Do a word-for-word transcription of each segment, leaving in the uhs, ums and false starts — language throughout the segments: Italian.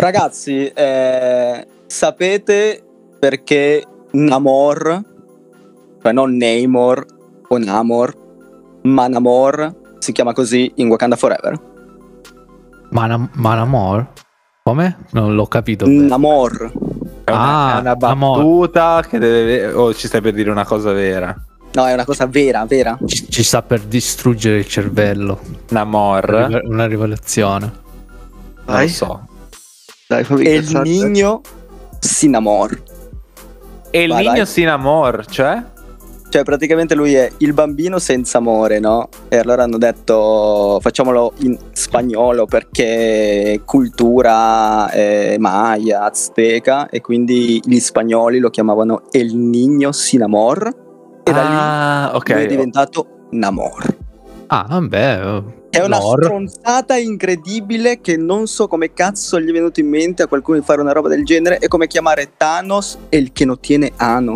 Ragazzi, eh, sapete perché Namor, cioè non Namor o Namor, ma Namor si chiama così in Wakanda Forever? Mana- Manamor? Come? Non l'ho capito bene. Namor. È una, Ah, è una battuta che deve... O ci stai per dire una cosa vera? No, è una cosa vera, vera. Ci, ci sta per distruggere il cervello. Namor? Una rivelazione. Non Dai. lo so. Dai, fammi El incazzare. Niño Sin Amor. E il Vai, Niño vai. Sin Amor, cioè? Cioè praticamente lui è il bambino senza amore, no? E allora hanno detto facciamolo in spagnolo perché cultura eh, maya, azteca, e quindi gli spagnoli lo chiamavano El Niño Sin Amor e da Ah, lì ok. lui è diventato Namor. Ah, vabbè. È una Nor. stronzata incredibile che non so come cazzo gli è venuto in mente a qualcuno di fare una roba del genere. È come chiamare Thanos el que no tiene ano.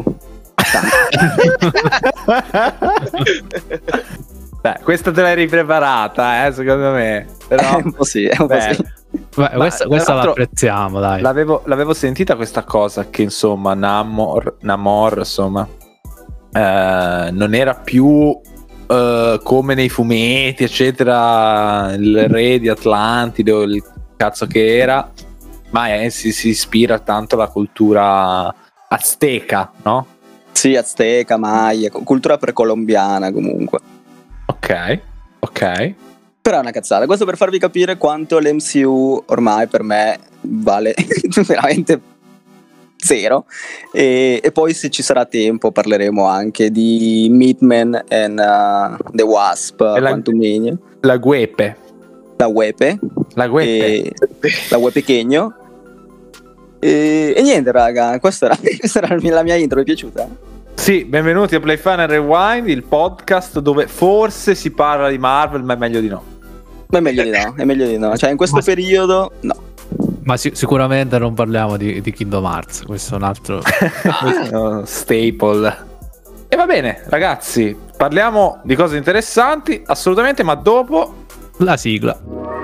Beh, questa te l'hai ripreparata, eh, secondo me. Però, È un po' sì, è un po' beh, sì. Beh, Ma, questa tra questa l'altro, l'apprezziamo, dai. L'avevo, l'avevo sentita questa cosa che insomma Namor, Namor insomma eh, non era più eh, come nei fumetti eccetera il re di Atlantide o il cazzo che era, ma eh, si, si ispira tanto alla cultura azteca, no? Sì, azteca, maya, cultura precolombiana comunque. Ok, ok. Però è una cazzata. Questo per farvi capire quanto l'M C U ormai per me vale veramente zero. E, e poi se ci sarà tempo parleremo anche di Meatman and uh, The Wasp, E la- Quantumania, La guepe, la Wepe, la guepe. e la Wepe Chegno. E, e niente raga, questa era, questa era la mia intro, vi è piaciuta? Sì, benvenuti a Play Fun and Rewind, il podcast dove forse si parla di Marvel, ma è meglio di no. Ma è meglio di no, è meglio di no. Cioè in questo Ma- periodo no. Ma sic- sicuramente non parliamo di, di Kingdom Hearts. Questo è un altro. Oh, staple. E va bene, ragazzi, parliamo di cose interessanti, assolutamente, ma dopo La sigla.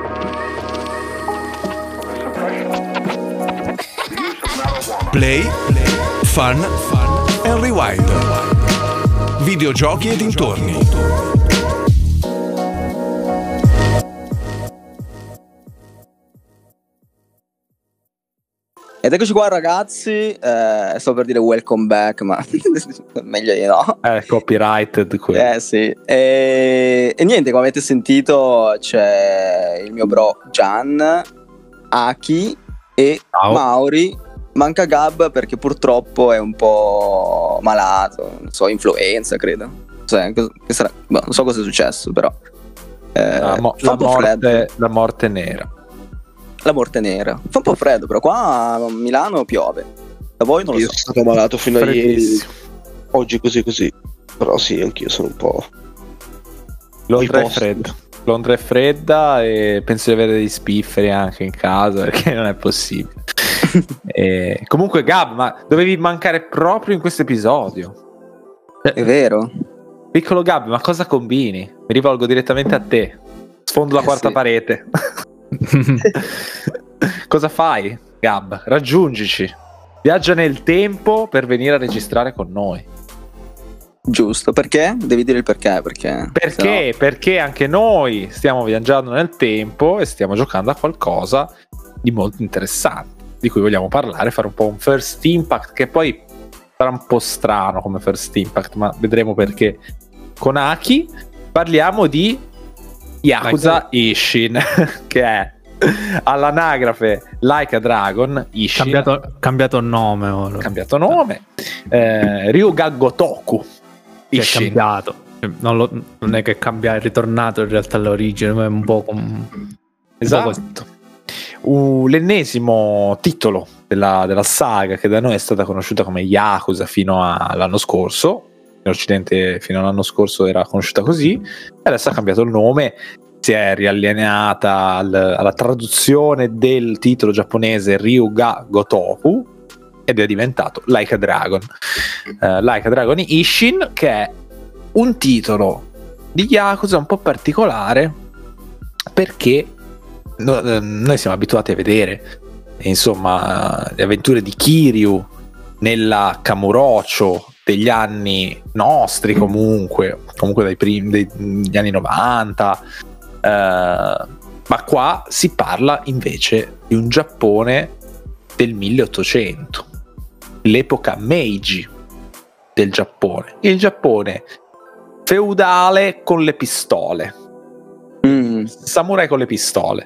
Play, Fun, and Rewind. Videogiochi e dintorni. Ed eccoci qua ragazzi, eh, sto per dire welcome back, ma meglio di no. eh, copyrighted quello. Eh sì, e, e niente, come avete sentito c'è il mio bro Gian, Aki e Ciao. Mauri. Manca Gab perché purtroppo è un po' malato, non so, influenza credo. Cioè, cos- che sarà- boh, non so cosa è successo però. Eh, la, mo- fa la un po' freddo. morte, la morte nera. La morte nera. Fa un po' freddo però qua a Milano piove. Da voi non lo Io so. sono stato malato fino a ieri. Freddissimo. Oggi così così. Però sì, anch'io sono un po'. Londra è posti. fredda. Londra è fredda e penso di avere degli spifferi anche in casa perché non è possibile. E comunque Gab, ma dovevi mancare proprio in questo episodio. È vero. Piccolo Gab, ma cosa combini? Mi rivolgo direttamente a te. Sfondo la Eh, quarta sì. parete. Cosa fai, Gab? Raggiungici. Viaggia nel tempo per venire a registrare con noi. Giusto, perché? Devi dire il perché, perché Perché? Perché anche noi stiamo viaggiando nel tempo e stiamo giocando a qualcosa di molto interessante, di cui vogliamo parlare, fare un po' un first impact, che poi sarà un po' strano come first impact, ma vedremo perché. Con Aki parliamo di Yakuza Ishin, che è all'anagrafe Like a Dragon, Ishin, cambiato, cambiato nome ora. cambiato nome, eh, Ryuga Gotoku, Che è Ishin. cambiato. Non, lo- non è che cambia, è ritornato in realtà all'origine, ma è un po' com- Esatto. Uh, l'ennesimo titolo della, della saga che da noi è stata conosciuta come Yakuza fino all'anno scorso. In Occidente fino all'anno scorso era conosciuta così, e adesso ha cambiato il nome, si è riallineata al- alla traduzione del titolo giapponese Ryuga Gotoku ed è diventato Like a Dragon. Uh, Like a Dragon Ishin, che è un titolo di Yakuza un po' particolare perché no- eh, noi siamo abituati a vedere e insomma le avventure di Kiryu nella Kamurocho degli anni nostri, comunque comunque dai primi degli anni novanta, eh, ma qua si parla invece di un Giappone del milleottocento, l'epoca Meiji del Giappone, il Giappone feudale con le pistole, Mm. samurai con le pistole.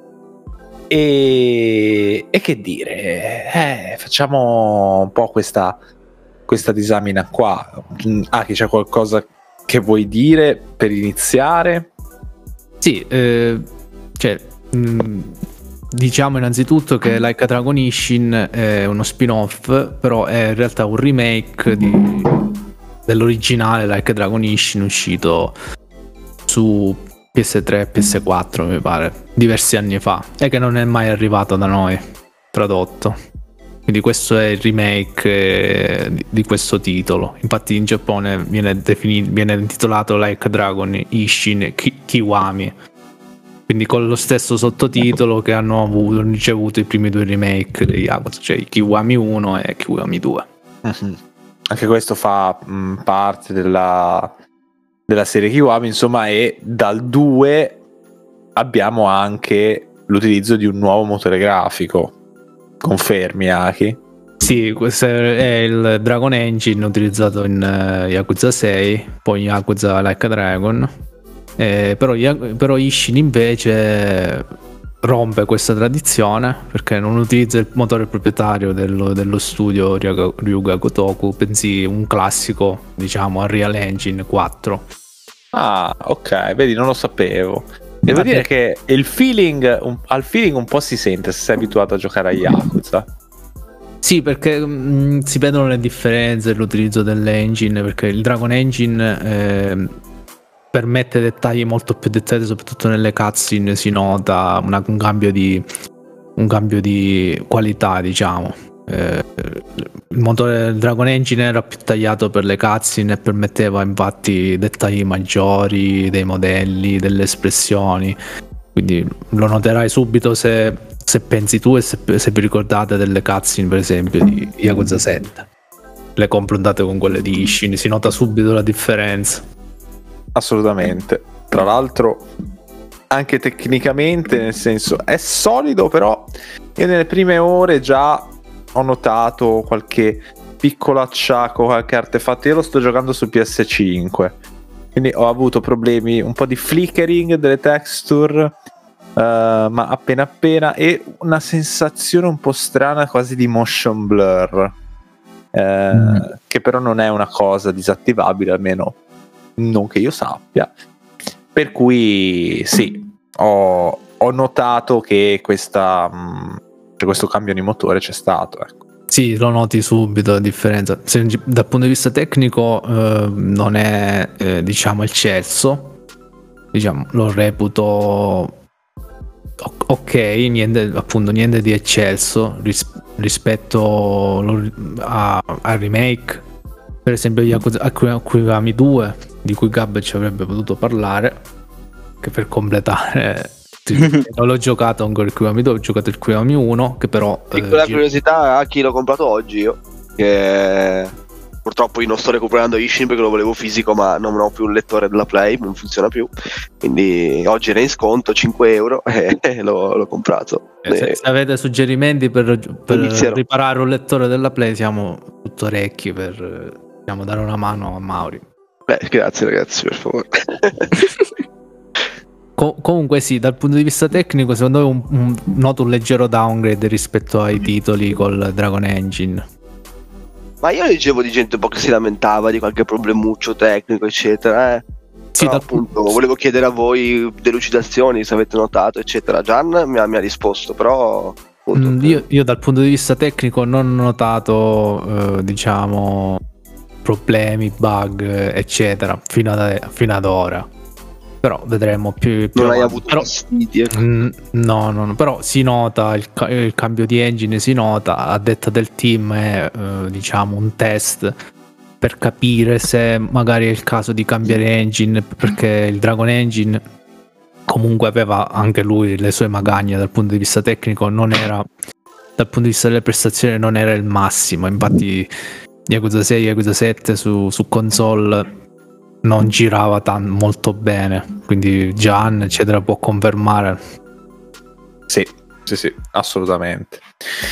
E, e che dire, eh, facciamo un po' questa, questa disamina qua. Ah, che c'è qualcosa che vuoi dire per iniziare? Sì, eh, cioè, mh, diciamo innanzitutto che Like a Dragon Ishin è uno spin-off, però è in realtà un remake di, dell'originale Like a Dragon Ishin uscito su P S tre e P S quattro, mi pare, diversi anni fa, e che non è mai arrivato da noi tradotto. Quindi questo è il remake eh, di, di questo titolo. Infatti in Giappone viene definito, viene intitolato Like a Dragon Ishin Ki- Kiwami, quindi con lo stesso sottotitolo che hanno avuto, ricevuto i primi due remake di Yakuza, cioè Kiwami uno e Kiwami due. Mm-hmm. Anche questo fa mh, parte della della serie Kiwami, insomma, e dal due abbiamo anche l'utilizzo di un nuovo motore grafico. Confermi, Aki? Sì, questo è il Dragon Engine utilizzato in uh, Yakuza sei, poi Yakuza Like a Dragon, eh, però, però Ishin invece rompe questa tradizione perché non utilizza il motore proprietario dello, dello studio Ryuga Gotoku, bensì un classico, diciamo, Unreal Engine quattro. Ah, ok, vedi, non lo sapevo. Devo dire che il feeling, un, al feeling un po' si sente se sei abituato a giocare a Yakuza. Sì, perché mh, si vedono le differenze nell'utilizzo dell'engine, perché il Dragon Engine eh, permette dettagli molto più dettagliati, soprattutto nelle cutscene si nota una, un cambio di un cambio di qualità, diciamo. Eh, il motore del Dragon Engine era più tagliato per le cutscene e permetteva infatti dettagli maggiori dei modelli, delle espressioni, quindi lo noterai subito se, se pensi tu e se, se vi ricordate delle cutscene per esempio di Yakuza sette, le confrontate con quelle di Ishin, si nota subito la differenza. Assolutamente. Tra l'altro anche tecnicamente, nel senso, è solido, però io nelle prime ore già ho notato qualche piccolo acciacco, qualche artefatto. Io lo sto giocando su P S cinque, quindi ho avuto problemi, un po' di flickering delle texture, uh, ma appena appena, e una sensazione un po' strana quasi di motion blur, uh, mm. che però non è una cosa disattivabile, almeno non che io sappia, per cui sì, ho, ho notato che questa mh, questo cambio di motore c'è stato, ecco. Sì, lo noti subito la differenza. Se, dal punto di vista tecnico eh, non è eh, diciamo eccelso, diciamo, lo reputo ok, niente, appunto niente di eccelso ris- rispetto a, al remake, per esempio Yakuza Kiwami due, di cui Gab ci avrebbe potuto parlare, che per completare non l'ho giocato ancora il Kiwami due, ho giocato il Kiwami uno, che però piccola eh, curiosità, a chi l'ho comprato oggi io, che purtroppo io non sto recuperando Ishin perché lo volevo fisico, ma non ho più il lettore della Play, non funziona più, quindi oggi era in sconto cinque euro e l'ho, l'ho comprato. eh, se, e... se avete suggerimenti per, per riparare un lettore della Play siamo tutto orecchi per diciamo, dare una mano a Mauri. Beh, grazie ragazzi, per favore. Co- comunque sì, dal punto di vista tecnico secondo me un, un, noto un leggero downgrade rispetto ai titoli col Dragon Engine. Ma io leggevo di gente un po' che si lamentava di qualche problemuccio tecnico eccetera, eh. Sì, Però, dal appunto volevo chiedere a voi delucidazioni se avete notato eccetera. Gian mi ha, mi ha risposto, però appunto, mm, io, io dal punto di vista tecnico non ho notato eh, diciamo problemi, bug eccetera fino ad, fino ad ora. Però vedremo più, più non avanti. hai avuto Però, fastidi, ecco. mm, no, no, no, però si nota il, il cambio di engine, si nota, a detta del team è eh, diciamo un test per capire se magari è il caso di cambiare engine, perché il Dragon Engine comunque aveva anche lui le sue magagne dal punto di vista tecnico, non era dal punto di vista delle prestazioni non era il massimo. Infatti Yakuza sei, Yakuza sette su, su console non girava tan- molto bene, quindi Gian eccetera può confermare. Sì, sì, sì, assolutamente.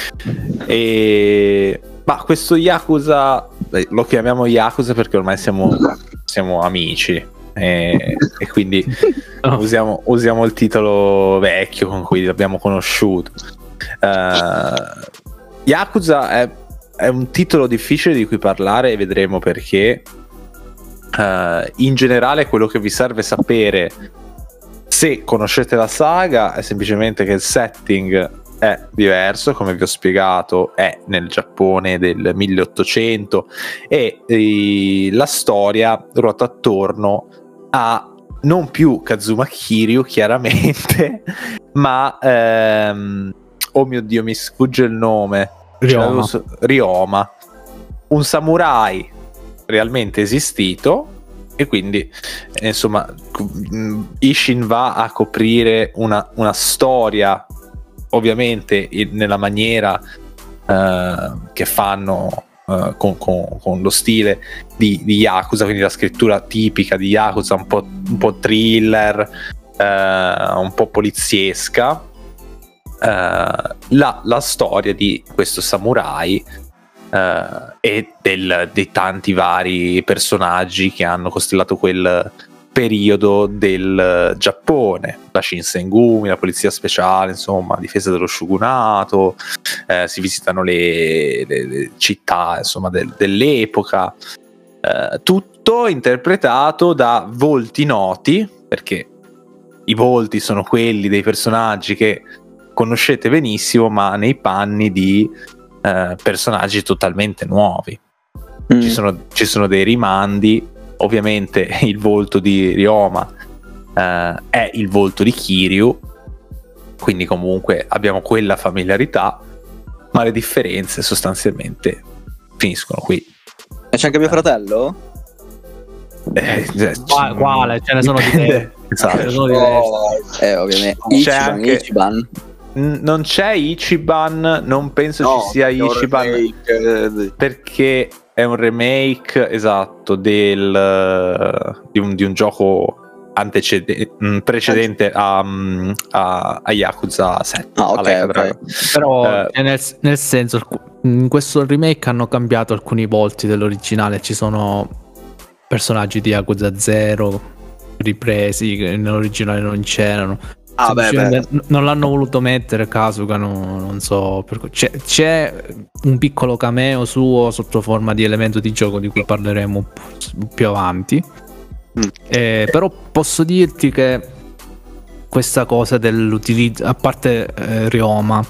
E ma questo Yakuza, lo chiamiamo Yakuza perché ormai siamo, siamo amici e, e quindi No. usiamo, usiamo il titolo vecchio con cui l'abbiamo conosciuto. Uh, Yakuza è, è un titolo difficile di cui parlare e vedremo perché. Uh, in generale quello che vi serve sapere se conoscete la saga è semplicemente che il setting è diverso, come vi ho spiegato è nel Giappone del milleottocento e eh, la storia ruota attorno a non più Kazuma Kiryu chiaramente ma ehm, oh mio Dio mi sfugge il nome, Ryoma. so- Ryoma, un samurai realmente esistito e quindi eh, insomma Ishin va a coprire una, una storia ovviamente in, nella maniera eh, che fanno eh, con, con, con lo stile di, di Yakuza, quindi la scrittura tipica di Yakuza, un po', un po' thriller, eh, un po' poliziesca, eh, la, la storia di questo samurai Uh, e del, dei tanti vari personaggi che hanno costellato quel periodo del Giappone, la Shinsengumi, la polizia speciale, insomma, difesa dello shogunato, eh, si visitano le, le, le città insomma del, dell'epoca, eh, tutto interpretato da volti noti, perché i volti sono quelli dei personaggi che conoscete benissimo ma nei panni di Uh, personaggi totalmente nuovi. mm. ci, sono, ci sono dei rimandi, ovviamente il volto di Ryoma uh, è il volto di Kiryu, quindi comunque abbiamo quella familiarità, ma le differenze sostanzialmente finiscono qui. E c'è anche mio fratello? Eh, cioè, Qua- quale? Ce ne sono diversi. Esatto. Ce ne sono diversi. Oh, eh, ovviamente. C'è Ichiban, anche- Ichiban. N- non c'è Ichiban, non penso No, ci sia è un Ichiban remake, eh, perché è un remake esatto del di un, di un gioco antecedente precedente a, a, a Yakuza sette. Ah, ok, alla ok. Dragon. Però Eh, cioè, nel, nel senso alcu- in questo remake hanno cambiato alcuni volti dell'originale, ci sono personaggi di Yakuza zero ripresi che nell'originale non c'erano. Ah, beh, Semplicemente n- non l'hanno voluto mettere, Kasuga, no- non so per cui- c'è, c'è un piccolo cameo suo sotto forma di elemento di gioco di cui parleremo un po' più avanti. Mm. Eh, però posso dirti che questa cosa dell'utilizzo, a parte eh, Ryoma,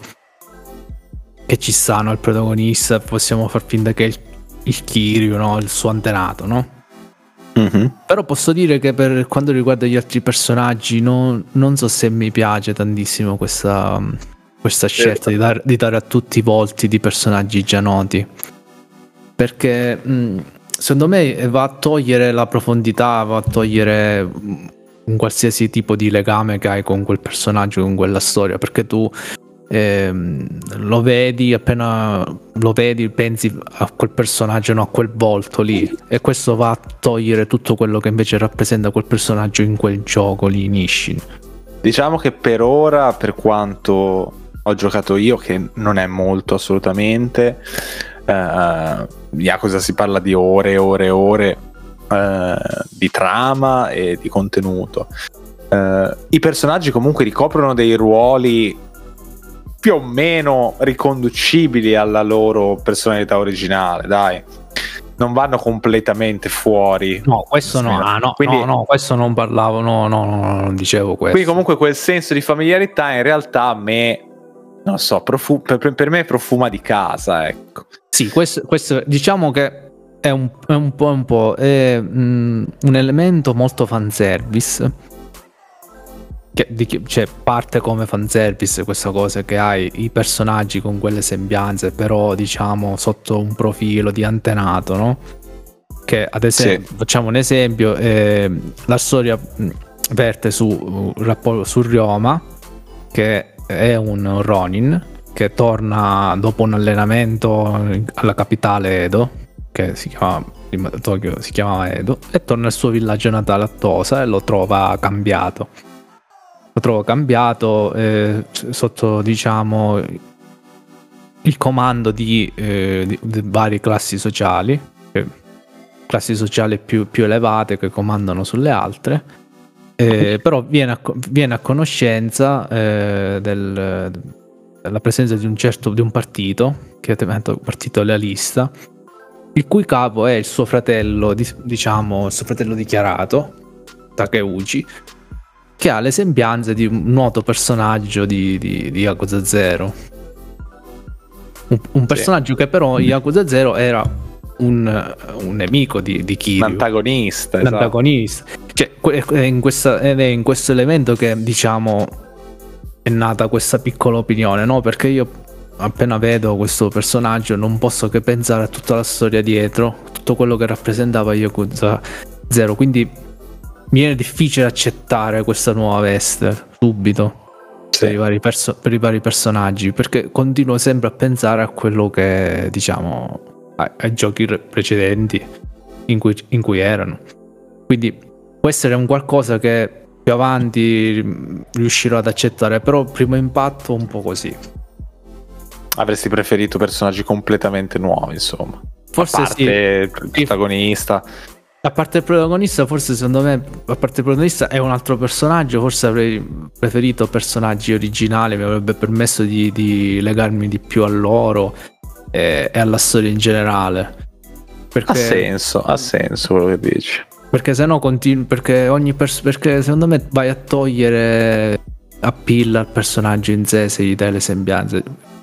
che ci stanno il protagonista, possiamo far finta che è il, il Kiryu, no? Il suo antenato, no? Mhm. Però posso dire che per quanto riguarda gli altri personaggi non, non so se mi piace tantissimo questa, questa scelta di, dar- di dare a tutti i volti di personaggi già noti, perché mh, secondo me va a togliere la profondità, va a togliere mh, un qualsiasi tipo di legame che hai con quel personaggio, con quella storia, perché tu ehm, lo vedi, appena lo vedi pensi a quel personaggio, no, a quel volto lì, e questo va a togliere tutto quello che invece rappresenta quel personaggio in quel gioco lì in Ishin. Diciamo che per ora, per quanto ho giocato io, che non è molto assolutamente, eh, Yakuza si parla di ore e ore e ore eh, di trama e di contenuto. Eh, i personaggi comunque ricoprono dei ruoli più o meno riconducibili alla loro personalità originale, dai, non vanno completamente fuori. No, questo no, ah, no, Quindi- no, no, questo non parlavo, no, no, no, non dicevo questo. Quindi comunque quel senso di familiarità in realtà a me, non so, profu- per, per me profuma di casa, ecco. Sì, questo, questo diciamo che è un, è un po' un po' è, mm, un elemento molto fanservice. Che, di, chi- cioè parte come fanservice questa cosa che hai i personaggi con quelle sembianze, però diciamo sotto un profilo di antenato, no? Che ad esempio, facciamo un esempio, eh, la storia mh, verte su, uh, rappo- su Ryoma, che è un Ronin, che torna dopo un allenamento alla capitale Edo, che si chiama prima Tokyo si chiamava Edo, e torna al suo villaggio natale a Tosa e lo trova cambiato. Lo trova cambiato eh, sotto, diciamo, il comando di, eh, di, di varie classi sociali, eh, classi sociali più, più elevate che comandano sulle altre. Eh, però viene a, viene a conoscenza eh, del, della presenza di un certo di un partito, che è un partito lealista, il cui capo è il suo fratello, diciamo il suo fratello dichiarato, Takeuchi, che ha le sembianze di un noto personaggio di, di, di Yakuza Zero. Un, un personaggio sì. che però in Yakuza Zero era un, un nemico di, di Kiryu. L'antagonista. L'antagonista. Esatto. Cioè, è in, questa, è in questo elemento che, diciamo, è nata questa piccola opinione, no? Perché io appena vedo questo personaggio non posso che pensare a tutta la storia dietro, tutto quello che rappresentava Yakuza Zero, quindi mi è difficile accettare questa nuova veste subito sì. per, i vari perso- per i vari personaggi, perché continuo sempre a pensare a quello che, diciamo, ai, ai giochi precedenti in cui, in cui erano. Quindi può essere un qualcosa che più avanti riuscirò ad accettare, però primo impatto un po' così. Avresti preferito personaggi completamente nuovi, insomma. Forse a parte sì. il protagonista. A parte il protagonista, forse secondo me, a parte il protagonista è un altro personaggio, forse avrei preferito personaggi originali, mi avrebbe permesso di, di legarmi di più a loro e, e alla storia in generale. Perché, ha senso, ha senso quello che dici. Perché se no continui, perché ogni pers- perché secondo me vai a togliere appeal al personaggio in sé se gli dai le sembianze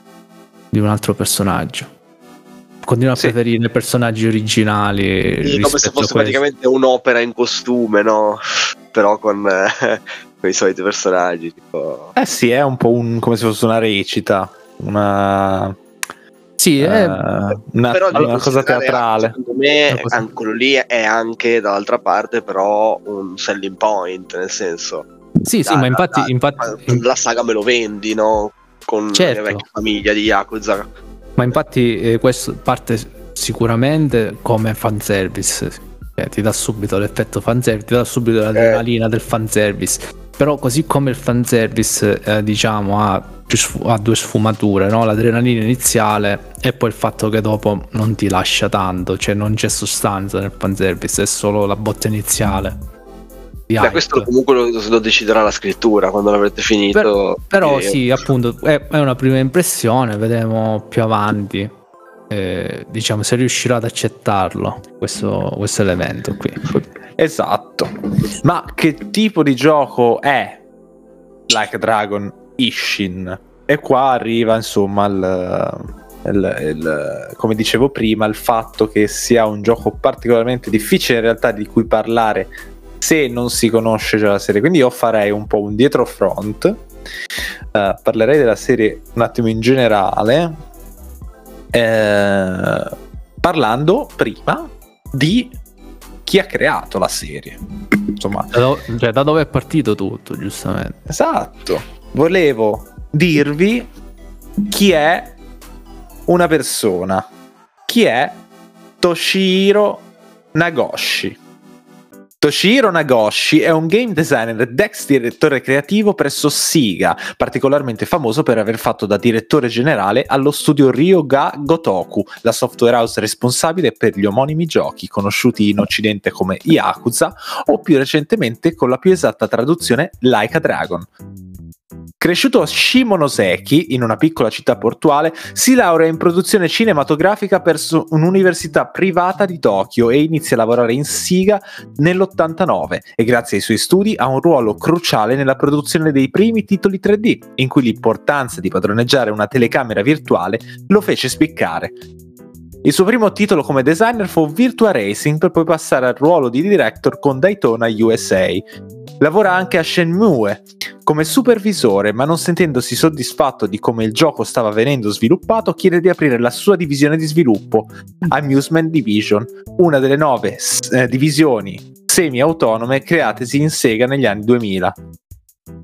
di un altro personaggio. Continuo a sì. preferire personaggi originali, sì, come se fosse praticamente un'opera in costume, no? Però con, eh, con i soliti personaggi tipo... eh sì, è un po' un, come se fosse una recita, una sì, uh, è una, però una cosa teatrale. Secondo me cosa... quello lì è anche dall'altra parte però un selling point, nel senso sì, da, sì, ma infatti, da, infatti la saga me lo vendi, no? Con certo. la vecchia famiglia di Yakuza. Ma infatti eh, questo parte sicuramente come fanservice, eh, ti dà subito l'effetto fanservice, ti dà subito l'adrenalina eh. del fanservice, però così come il fanservice eh, diciamo ha, ha due sfumature, no? L'adrenalina iniziale e poi il fatto che dopo non ti lascia tanto, cioè non c'è sostanza nel fanservice, è solo la botta iniziale. Beh, questo comunque lo, lo deciderà la scrittura quando l'avrete finito. Per, però e... sì, appunto è, è una prima impressione, vedremo più avanti eh, diciamo se riuscirò ad accettarlo questo, questo elemento qui. Esatto. Ma che tipo di gioco è Like a Dragon Ishin? E qua arriva insomma il, il, il, come dicevo prima, il fatto che sia un gioco particolarmente difficile in realtà di cui parlare se non si conosce già la serie, quindi io farei un po' un dietro front, uh, parlerei della serie un attimo in generale, eh, parlando prima di chi ha creato la serie, insomma, da, do- cioè, da dove è partito tutto, giustamente. Esatto, volevo dirvi chi è una persona, chi è Toshihiro Nagoshi. Toshihiro Nagoshi è un game designer ed ex direttore creativo presso Sega, particolarmente famoso per aver fatto da direttore generale allo studio Ryoga Gotoku, la software house responsabile per gli omonimi giochi, conosciuti in occidente come Yakuza o più recentemente con la più esatta traduzione Like a Dragon. Cresciuto a Shimonoseki, in una piccola città portuale, si laurea in produzione cinematografica presso un'università privata di Tokyo e inizia a lavorare in Sega nell'ottantanove e grazie ai suoi studi ha un ruolo cruciale nella produzione dei primi titoli tre D, in cui l'importanza di padroneggiare una telecamera virtuale lo fece spiccare. Il suo primo titolo come designer fu Virtua Racing, per poi passare al ruolo di director con Daytona U S A. Lavora anche a Shenmue come supervisore, ma non sentendosi soddisfatto di come il gioco stava venendo sviluppato, chiede di aprire la sua divisione di sviluppo, Amusement Division, una delle nove eh, divisioni semi-autonome createsi in Sega negli anni duemila.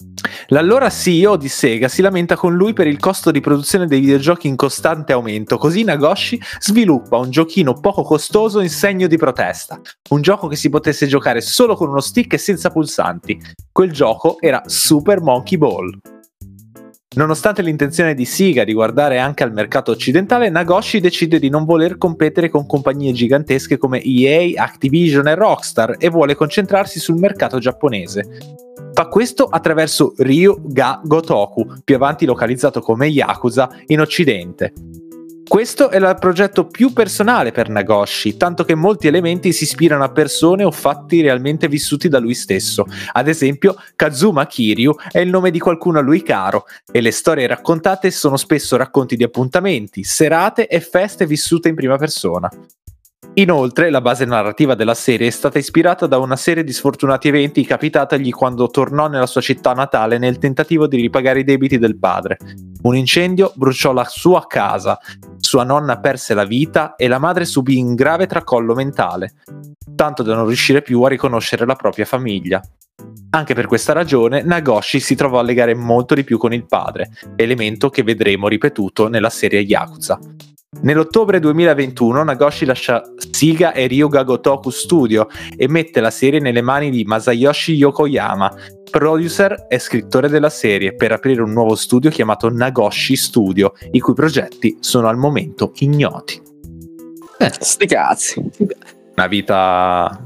L'allora C E O di Sega si lamenta con lui per il costo di produzione dei videogiochi in costante aumento, così Nagoshi sviluppa un giochino poco costoso in segno di protesta, un gioco che si potesse giocare solo con uno stick e senza pulsanti. Quel gioco era Super Monkey Ball. Nonostante l'intenzione di Sega di guardare anche al mercato occidentale, Nagoshi decide di non voler competere con compagnie gigantesche come E A, Activision e Rockstar e vuole concentrarsi sul mercato giapponese. Fa questo attraverso Ryu-Ga Gotoku, più avanti localizzato come Yakuza in occidente. Questo è il progetto più personale per Nagoshi, tanto che molti elementi si ispirano a persone o fatti realmente vissuti da lui stesso. Ad esempio, Kazuma Kiryu è il nome di qualcuno a lui caro, e le storie raccontate sono spesso racconti di appuntamenti, serate e feste vissute in prima persona. Inoltre, la base narrativa della serie è stata ispirata da una serie di sfortunati eventi capitatagli quando tornò nella sua città natale nel tentativo di ripagare i debiti del padre. Un incendio bruciò la sua casa, sua nonna perse la vita e la madre subì un grave tracollo mentale, tanto da non riuscire più a riconoscere la propria famiglia. Anche per questa ragione Nagoshi si trovò a legare molto di più con il padre, elemento che vedremo ripetuto nella serie Yakuza. Nell'ottobre duemilaventuno Nagoshi lascia Sega e Ryu-Ga Gotoku Studio e mette la serie nelle mani di Masayoshi Yokoyama, producer e scrittore della serie, per aprire un nuovo studio chiamato Nagoshi Studio, i cui progetti sono al momento ignoti. Eh, sti cazzi. Una vita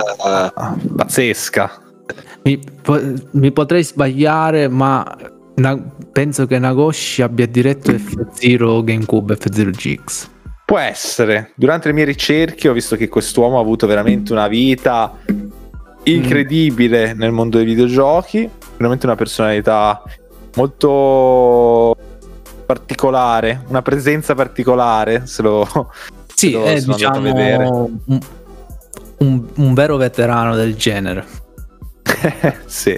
uh, pazzesca. Mi, po- mi potrei sbagliare, ma na- penso che Nagoshi abbia diretto F Zero GameCube, F Zero G X. Può essere. Durante le mie ricerche ho visto che quest'uomo ha avuto veramente una vita incredibile mm. nel mondo dei videogiochi, veramente una personalità molto particolare, una presenza particolare, se lo sì, se lo è sono diciamo andato a vedere. Un, un, un vero veterano del genere. Sì,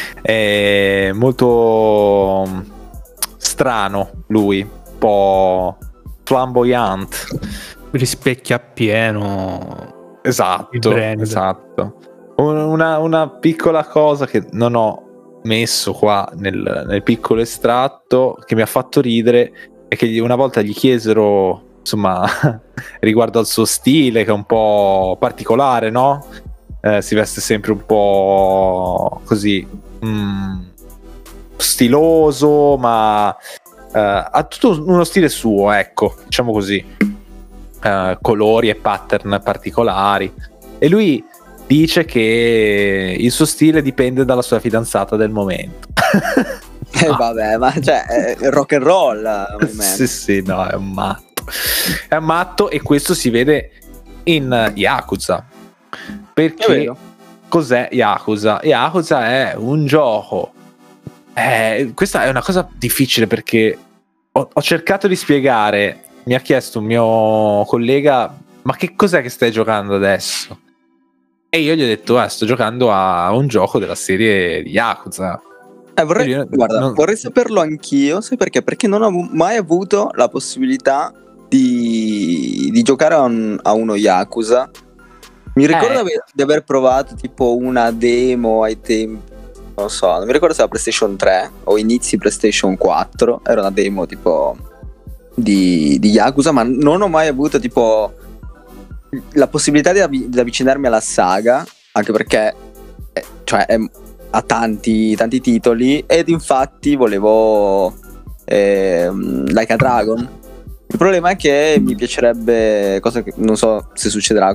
è molto strano lui, un po' flamboyant, rispecchia appieno. Esatto, esatto. Una, una piccola cosa che non ho messo qua nel, nel piccolo estratto che mi ha fatto ridere è che una volta gli chiesero, insomma, riguardo al suo stile che è un po' particolare, no? Eh, si veste sempre un po' così mm, stiloso, ma eh, ha tutto uno stile suo, ecco, diciamo così, eh, colori e pattern particolari, e lui dice che il suo stile dipende dalla sua fidanzata del momento. Eh ah. vabbè, ma cioè è rock and roll. Sì, sì, no, è un matto. È un matto, e questo si vede in Yakuza. Perché cos'è Yakuza? Yakuza è un gioco. Eh, questa è una cosa difficile perché ho, ho cercato di spiegare. Mi ha chiesto un mio collega: ma che cos'è che stai giocando adesso? E io gli ho detto: eh, sto giocando a un gioco della serie di Yakuza. Eh, vorrei, io, guarda, non... vorrei saperlo anch'io, sai perché? Perché non ho mai avuto la possibilità di, di giocare a, un, a uno Yakuza. Mi ricordo eh. di aver provato tipo una demo ai tempi, non so, non mi ricordo se era PlayStation tre o inizi PlayStation quattro, era una demo tipo di, di Yakuza, ma non ho mai avuto tipo la possibilità di, av- di avvicinarmi alla saga, anche perché eh, cioè è, ha tanti, tanti titoli, ed infatti volevo eh, Like a Dragon. Il problema è che mi piacerebbe, cosa che non so se succederà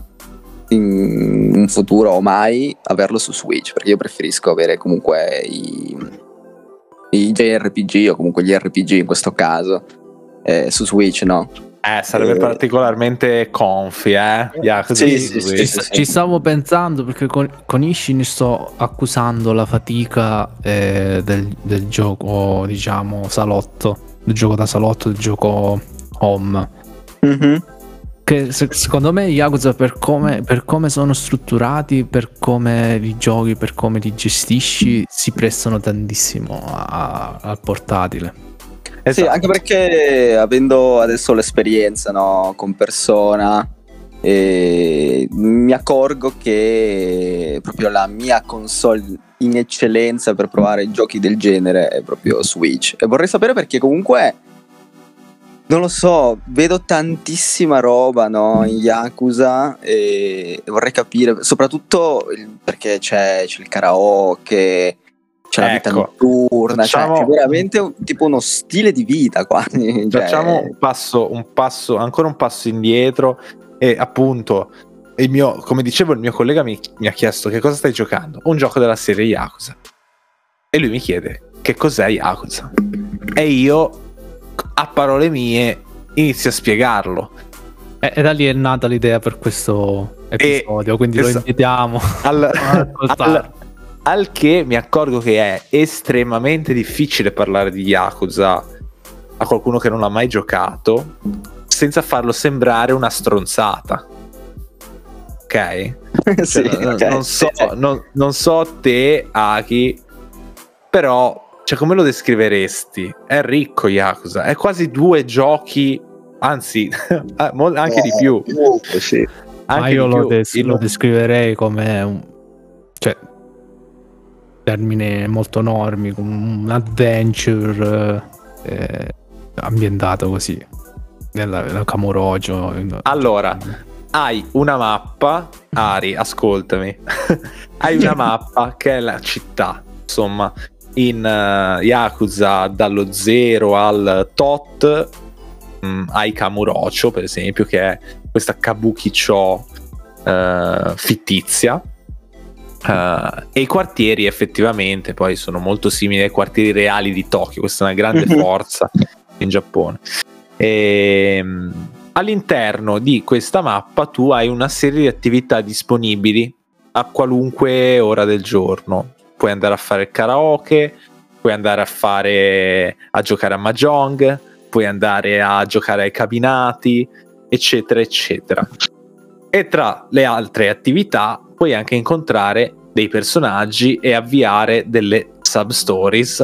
in un futuro o mai, averlo su Switch, perché io preferisco avere comunque i, i J R P G o comunque gli R P G in questo caso eh, su Switch, no? Eh, sarebbe eh, particolarmente comfy, eh? Yeah, sì, sì, sì, ci, sì, sì. ci stavo pensando, perché con, con Ishin sto accusando la fatica eh, del, del gioco, diciamo, salotto, del gioco da salotto, del gioco home. Mm-hmm. Che se, secondo me Yakuza, per come, per come sono strutturati, per come li giochi, per come li gestisci, si prestano tantissimo a, al portatile. Esatto. Sì, anche perché avendo adesso l'esperienza, no, con Persona, e mi accorgo che proprio la mia console in eccellenza per provare giochi del genere è proprio Switch, e vorrei sapere perché comunque non lo so, vedo tantissima roba, no, in Yakuza, e vorrei capire soprattutto il, perché c'è, c'è il karaoke, c'è la vita Ecco, notturna, facciamo- cioè c'è veramente un- tipo uno stile di vita quasi, cioè- Facciamo un passo, un passo, ancora un passo indietro, e appunto il mio, come dicevo, il mio collega mi, mi ha chiesto che cosa stai giocando, un gioco della serie Yakuza, e lui mi chiede che cos'è Yakuza, e io a parole mie inizio a spiegarlo. E, e da lì è nata l'idea per questo episodio, quindi lo esa- invitiamo al, ad ascoltarlo. al, al che mi accorgo che è estremamente difficile parlare di Yakuza a qualcuno che non l'ha mai giocato senza farlo sembrare una stronzata, ok? Sì, Cioè, non, ok, non so, sì, sì. non, non so te, Aki, però cioè, come lo descriveresti? È ricco Yakuza, è quasi due giochi, anzi mo- anche di più. Comunque, sì. Ma Anche io di lo, più. des- Il- lo descriverei come un, cioè, termine molto normi, come un adventure eh, ambientato così nella, nella Kamurocho. Allora, hai una mappa, Ari, ascoltami. Hai una mappa che è la città, insomma, in uh, Yakuza dallo zero al tot, mh, hai Kamurocho, per esempio, che è questa Kabukicho uh, fittizia. Uh, e i quartieri effettivamente poi sono molto simili ai quartieri reali di Tokyo. Questa è una grande forza in Giappone. E, mh, all'interno di questa mappa tu hai una serie di attività disponibili a qualunque ora del giorno. Puoi andare a fare il karaoke, puoi andare a fare a giocare a mahjong, puoi andare a giocare ai cabinati, eccetera eccetera. E tra le altre attività puoi anche incontrare dei personaggi e avviare delle sub stories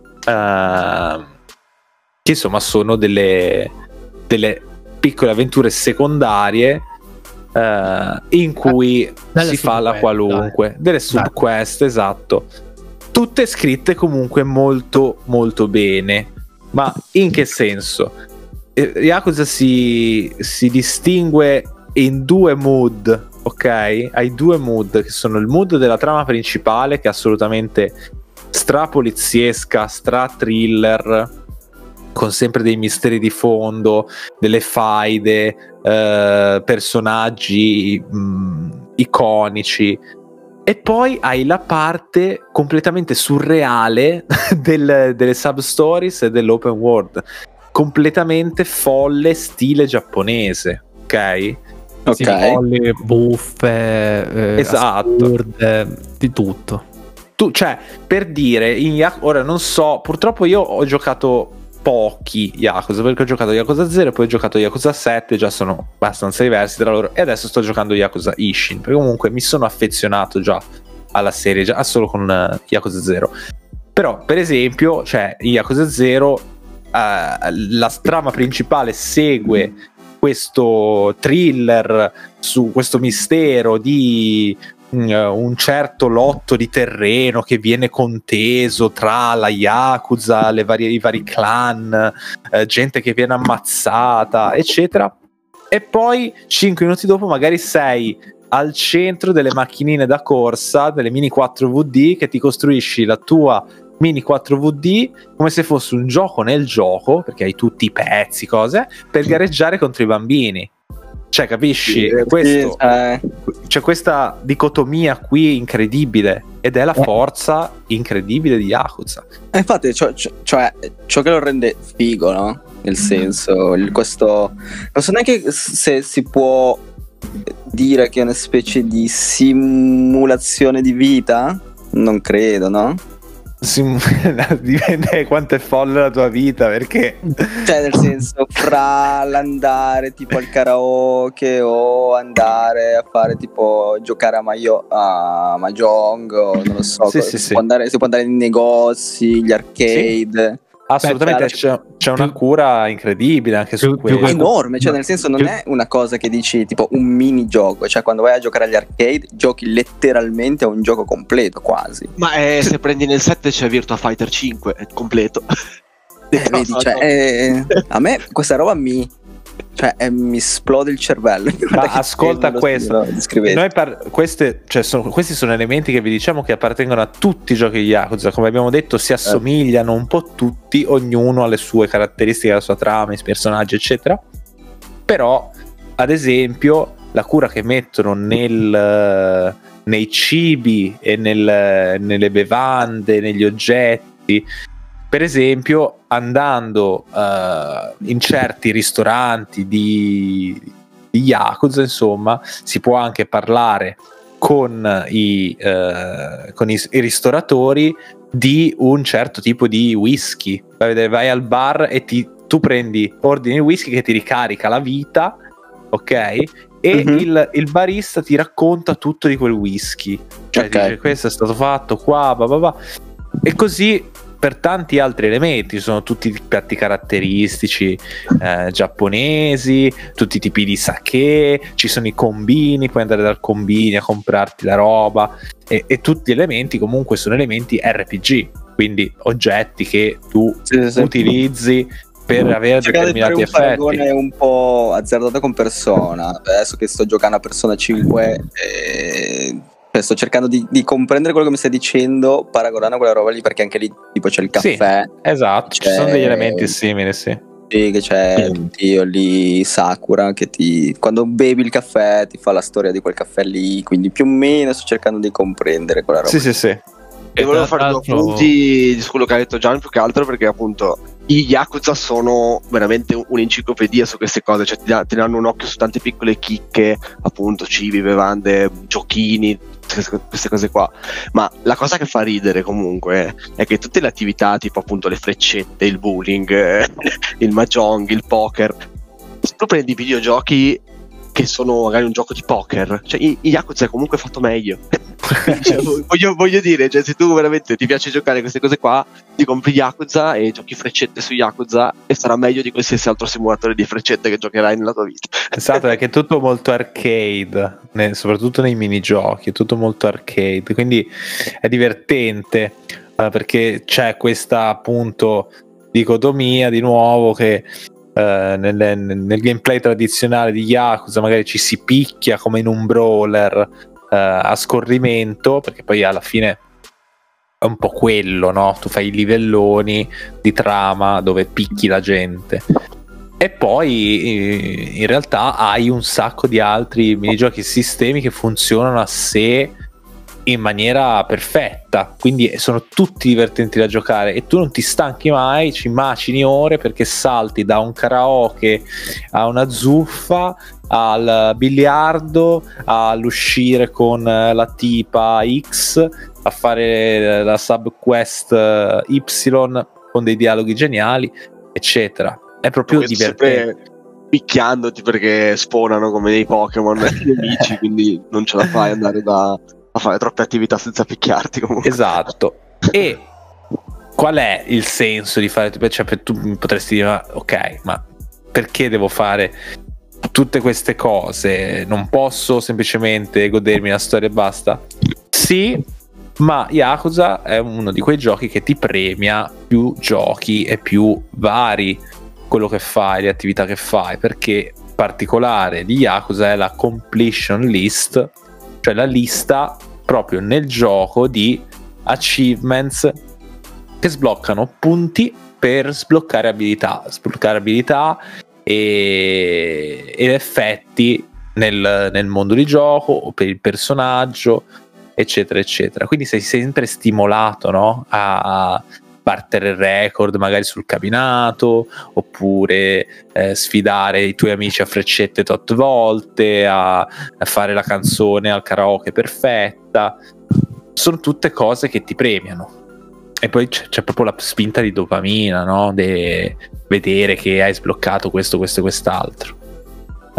eh, che insomma sono delle, delle piccole avventure secondarie eh, in cui Delle si fa la subquest, qualunque, dai. delle subquest, esatto, tutte scritte comunque molto molto bene. Ma in che senso? Eh, Yakuza si, si distingue in due mood, ok? Hai due mood che sono il mood della trama principale, che è assolutamente stra poliziesca, stra thriller, con sempre dei misteri di fondo, delle faide, eh, personaggi mh, iconici. E poi hai la parte completamente surreale del, delle sub stories e dell'open world, completamente folle, stile giapponese, ok? Sì, Ok. folli, buffe, eh, Esatto. assurde, di tutto. Tu, cioè, per dire, in Yak- ora non so, purtroppo io ho giocato pochi Yakuza, perché ho giocato Yakuza zero e poi ho giocato Yakuza sette, già sono abbastanza diversi tra loro, e adesso sto giocando Yakuza Ishin, perché comunque mi sono affezionato già alla serie, già solo con uh, Yakuza zero. Però, per esempio, cioè, in Yakuza zero uh, la trama principale segue questo thriller su questo mistero di uh, un certo lotto di terreno che viene conteso tra la Yakuza, le varie, i vari clan, uh, gente che viene ammazzata, eccetera. E poi cinque minuti dopo magari sei al centro delle macchinine da corsa, delle mini quattro V D, che ti costruisci la tua mini quattro V D come se fosse un gioco nel gioco, perché hai tutti i pezzi, cose, per gareggiare contro i bambini. Cioè, capisci? Sì, Questo, sì, eh. c'è questa dicotomia qui incredibile, ed è la forza incredibile di Yakuza. Eh, Infatti, ciò, ciò- cioè, ciò che lo rende figo, no? Nel senso, il- questo. Non so neanche se si può dire che è una specie di simulazione di vita. Non credo, no? Sim- dipende quanto è folle la tua vita, perché Cioè, nel senso, fra l'andare tipo al karaoke o andare a fare tipo giocare a, Maio- a Mahjong o non lo so, Sì, cosa- sì, si, sì. Può andare, si può andare nei negozi, gli arcade. Assolutamente, Beh, c'è, c'è una più- cura incredibile anche su più- più questo. È enorme, cioè nel senso non Più- è una cosa che dici tipo un minigioco, cioè quando vai a giocare agli arcade giochi letteralmente a un gioco completo quasi. Ma eh, se prendi nel sette c'è Virtua Fighter cinque, è completo. Eh, vedi, cioè, eh, a me questa roba mi, cioè, eh, mi esplode il cervello. Guarda Ma che ascolta bello questo, lo descrivete. noi par- queste, cioè sono, questi sono elementi che vi diciamo che appartengono a tutti i giochi di Yakuza, come abbiamo detto si assomigliano un po' tutti, ognuno ha le sue caratteristiche, la sua trama, i personaggi eccetera, però ad esempio la cura che mettono nel, nei cibi e nel, nelle bevande, negli oggetti. Per esempio, andando uh, in certi ristoranti di, di Yakuza, insomma, si può anche parlare con i, uh, con i, i ristoratori di un certo tipo di whisky. Vai, vai al bar e ti, tu prendi, ordini il whisky che ti ricarica la vita, ok? E Mhm. il, il barista ti racconta tutto di quel whisky. Cioè, Ok. dice, questo è stato fatto qua, bah bah bah. E così per tanti altri elementi, sono tutti i piatti caratteristici eh, giapponesi, tutti i tipi di sake, ci sono i combini, puoi andare dal combini a comprarti la roba e, e tutti gli elementi comunque sono elementi R P G, quindi oggetti che tu Sì, sì, sì. utilizzi per avere Cercare di fare determinati un effetti. paragone un po' azzardato con Persona. Adesso che sto giocando a Persona cinque, eh, sto cercando di, di comprendere quello che mi stai dicendo, paragonando quella roba lì, perché anche lì tipo c'è il Sì, caffè, esatto, ci c'è- sono degli elementi simili, sì. sì, che c'è Mm. tutti io lì Sakura che ti quando bevi il caffè ti fa la storia di quel caffè lì, quindi più o meno sto cercando di comprendere quella roba. Sì, sì, sì. E volevo tra fare due l'altro- appunti su quello che ha detto Gian, più che altro perché appunto i Yakuza sono veramente un'enciclopedia su queste cose, cioè ti, da- ti danno un occhio su tante piccole chicche, appunto cibi, bevande, giochini, queste queste cose qua. Ma la cosa che fa ridere comunque è che tutte le attività tipo appunto le freccette, il bowling, eh, il mahjong, il poker, se tu prendi videogiochi che sono magari un gioco di poker, cioè i, i Yakuza è comunque fatto meglio. Cioè, voglio, voglio dire, cioè, se tu veramente ti piace giocare queste cose qua, ti compri Yakuza e giochi freccette su Yakuza e sarà meglio di qualsiasi altro simulatore di freccette che giocherai nella tua vita. Esatto, perché è tutto molto arcade, ne- soprattutto nei minigiochi, è tutto molto arcade, quindi è divertente eh, perché c'è questa appunto dicotomia di nuovo che eh, nel, nel gameplay tradizionale di Yakuza magari ci si picchia come in un brawler eh, a scorrimento, perché poi alla fine è un po' quello, no? Tu fai i livelloni di trama dove picchi la gente. E poi eh, in realtà hai un sacco di altri minigiochi e sistemi che funzionano a sé in maniera perfetta, quindi sono tutti divertenti da giocare e tu non ti stanchi mai, ci macini ore perché salti da un karaoke a una zuffa al biliardo all'uscire con la tipa X a fare la subquest Y con dei dialoghi geniali eccetera. È proprio Questo divertente. sempre picchiandoti perché spawnano come dei Pokémon gli amici, quindi non ce la fai andare da, a fare troppe attività senza picchiarti comunque. Esatto. E qual è il senso di fare, cioè tu potresti dire ma, ok, ma perché devo fare tutte queste cose? Non posso semplicemente godermi la storia e basta? Sì, ma Yakuza è uno di quei giochi che ti premia più giochi e più vari quello che fai, le attività che fai, perché particolare di Yakuza è la completion list, cioè la lista proprio nel gioco di achievements che sbloccano punti per sbloccare abilità, sbloccare abilità e, ed effetti nel, nel mondo di gioco o per il personaggio, eccetera, eccetera. Quindi sei sempre stimolato, no? a battere il record magari sul cabinato, oppure eh, sfidare i tuoi amici a freccette tot volte, a, a fare la canzone al karaoke perfetta. Sono tutte cose che ti premiano. E poi c'è, c'è proprio la spinta di dopamina, no? De vedere che hai sbloccato questo, questo e quest'altro.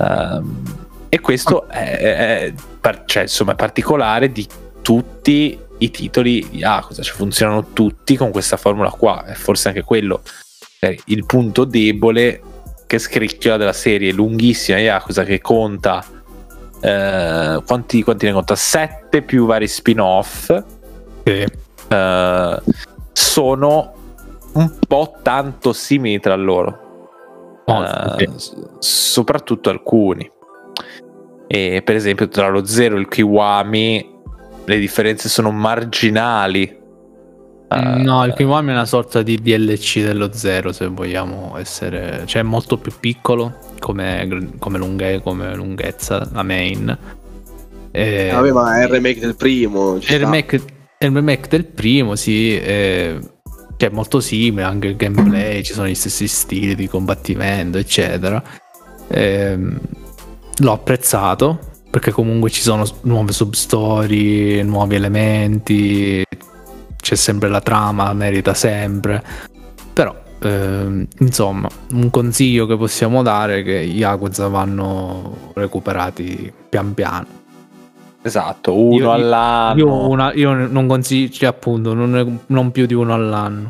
Um, e questo è, è, è, cioè, insomma, è particolare di tutti i titoli di Yakuza, cioè funzionano tutti con questa formula qua, e forse anche quello eh, il punto debole che scricchiola della serie lunghissima Yakuza, che conta eh, quanti, quanti ne conta? sette più vari spin-off, che eh, sono un po' tanto simili tra loro, oh, eh, sì. soprattutto alcuni. E per esempio tra lo Zero e il Kiwami le differenze sono marginali. No, il Kiwami è una sorta di D L C dello Zero, se vogliamo essere, cioè è molto più piccolo come, come, lunghe, come lunghezza, la main. E, Vabbè, ma è il remake del primo. È il remake, è il remake del primo, sì, è, che è molto simile, anche il gameplay, ci sono gli stessi stili di combattimento, eccetera. E, l'ho apprezzato perché comunque ci sono nuove substory, nuovi elementi, c'è sempre la trama, merita sempre. Però ehm, insomma, un consiglio che possiamo dare è che gli Yakuza vanno recuperati pian piano. Esatto, uno io, all'anno. Io, una, io non consiglio, cioè, appunto, non, non più di uno all'anno.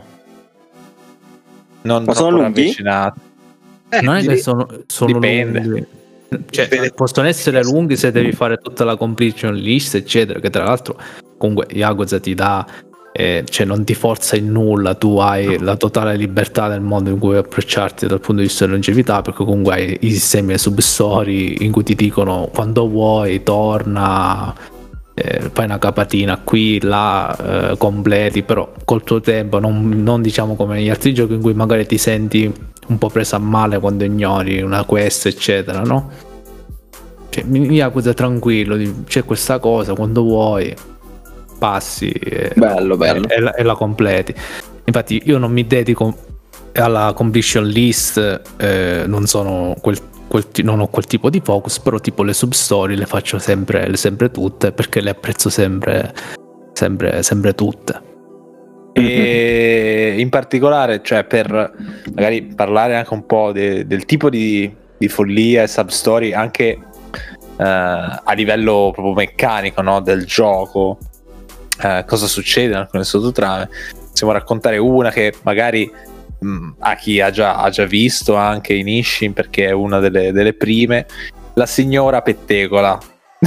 Non Ma sono lunghi? avvicinati. Eh, non è che direi- sono, sono dipende. lunghi. Cioè, Dipende. possono essere lunghi se devi fare tutta la completion list, eccetera, che tra l'altro comunque Yakuza ti dà, eh, cioè non ti forza in nulla, tu hai la totale libertà del mondo in cui approcciarti dal punto di vista della longevità, perché comunque hai i sistemi e substory in cui ti dicono quando vuoi torna, eh, fai una capatina qui, là, eh, completi, però col tuo tempo, non, non diciamo come negli altri giochi in cui magari ti senti un po' presa a male quando ignori una quest, eccetera, no? Cioè, Yakuza tranquillo, c'è questa cosa, quando vuoi passi e, Bello, bello. E, e la, e la completi. Infatti io non mi dedico alla completion list, eh, non sono quel, quel, non ho quel tipo di focus, però tipo le substory le faccio sempre, le sempre tutte, perché le apprezzo sempre sempre, sempre tutte. E in particolare, cioè, per magari parlare anche un po' de, del tipo di, di follia e substory anche eh, a livello proprio meccanico, no, del gioco, eh, cosa succede in alcune sottotrame, possiamo raccontare una che magari mh, a chi ha già, ha già visto anche in Ishin, perché è una delle, delle prime, la signora Pettegola.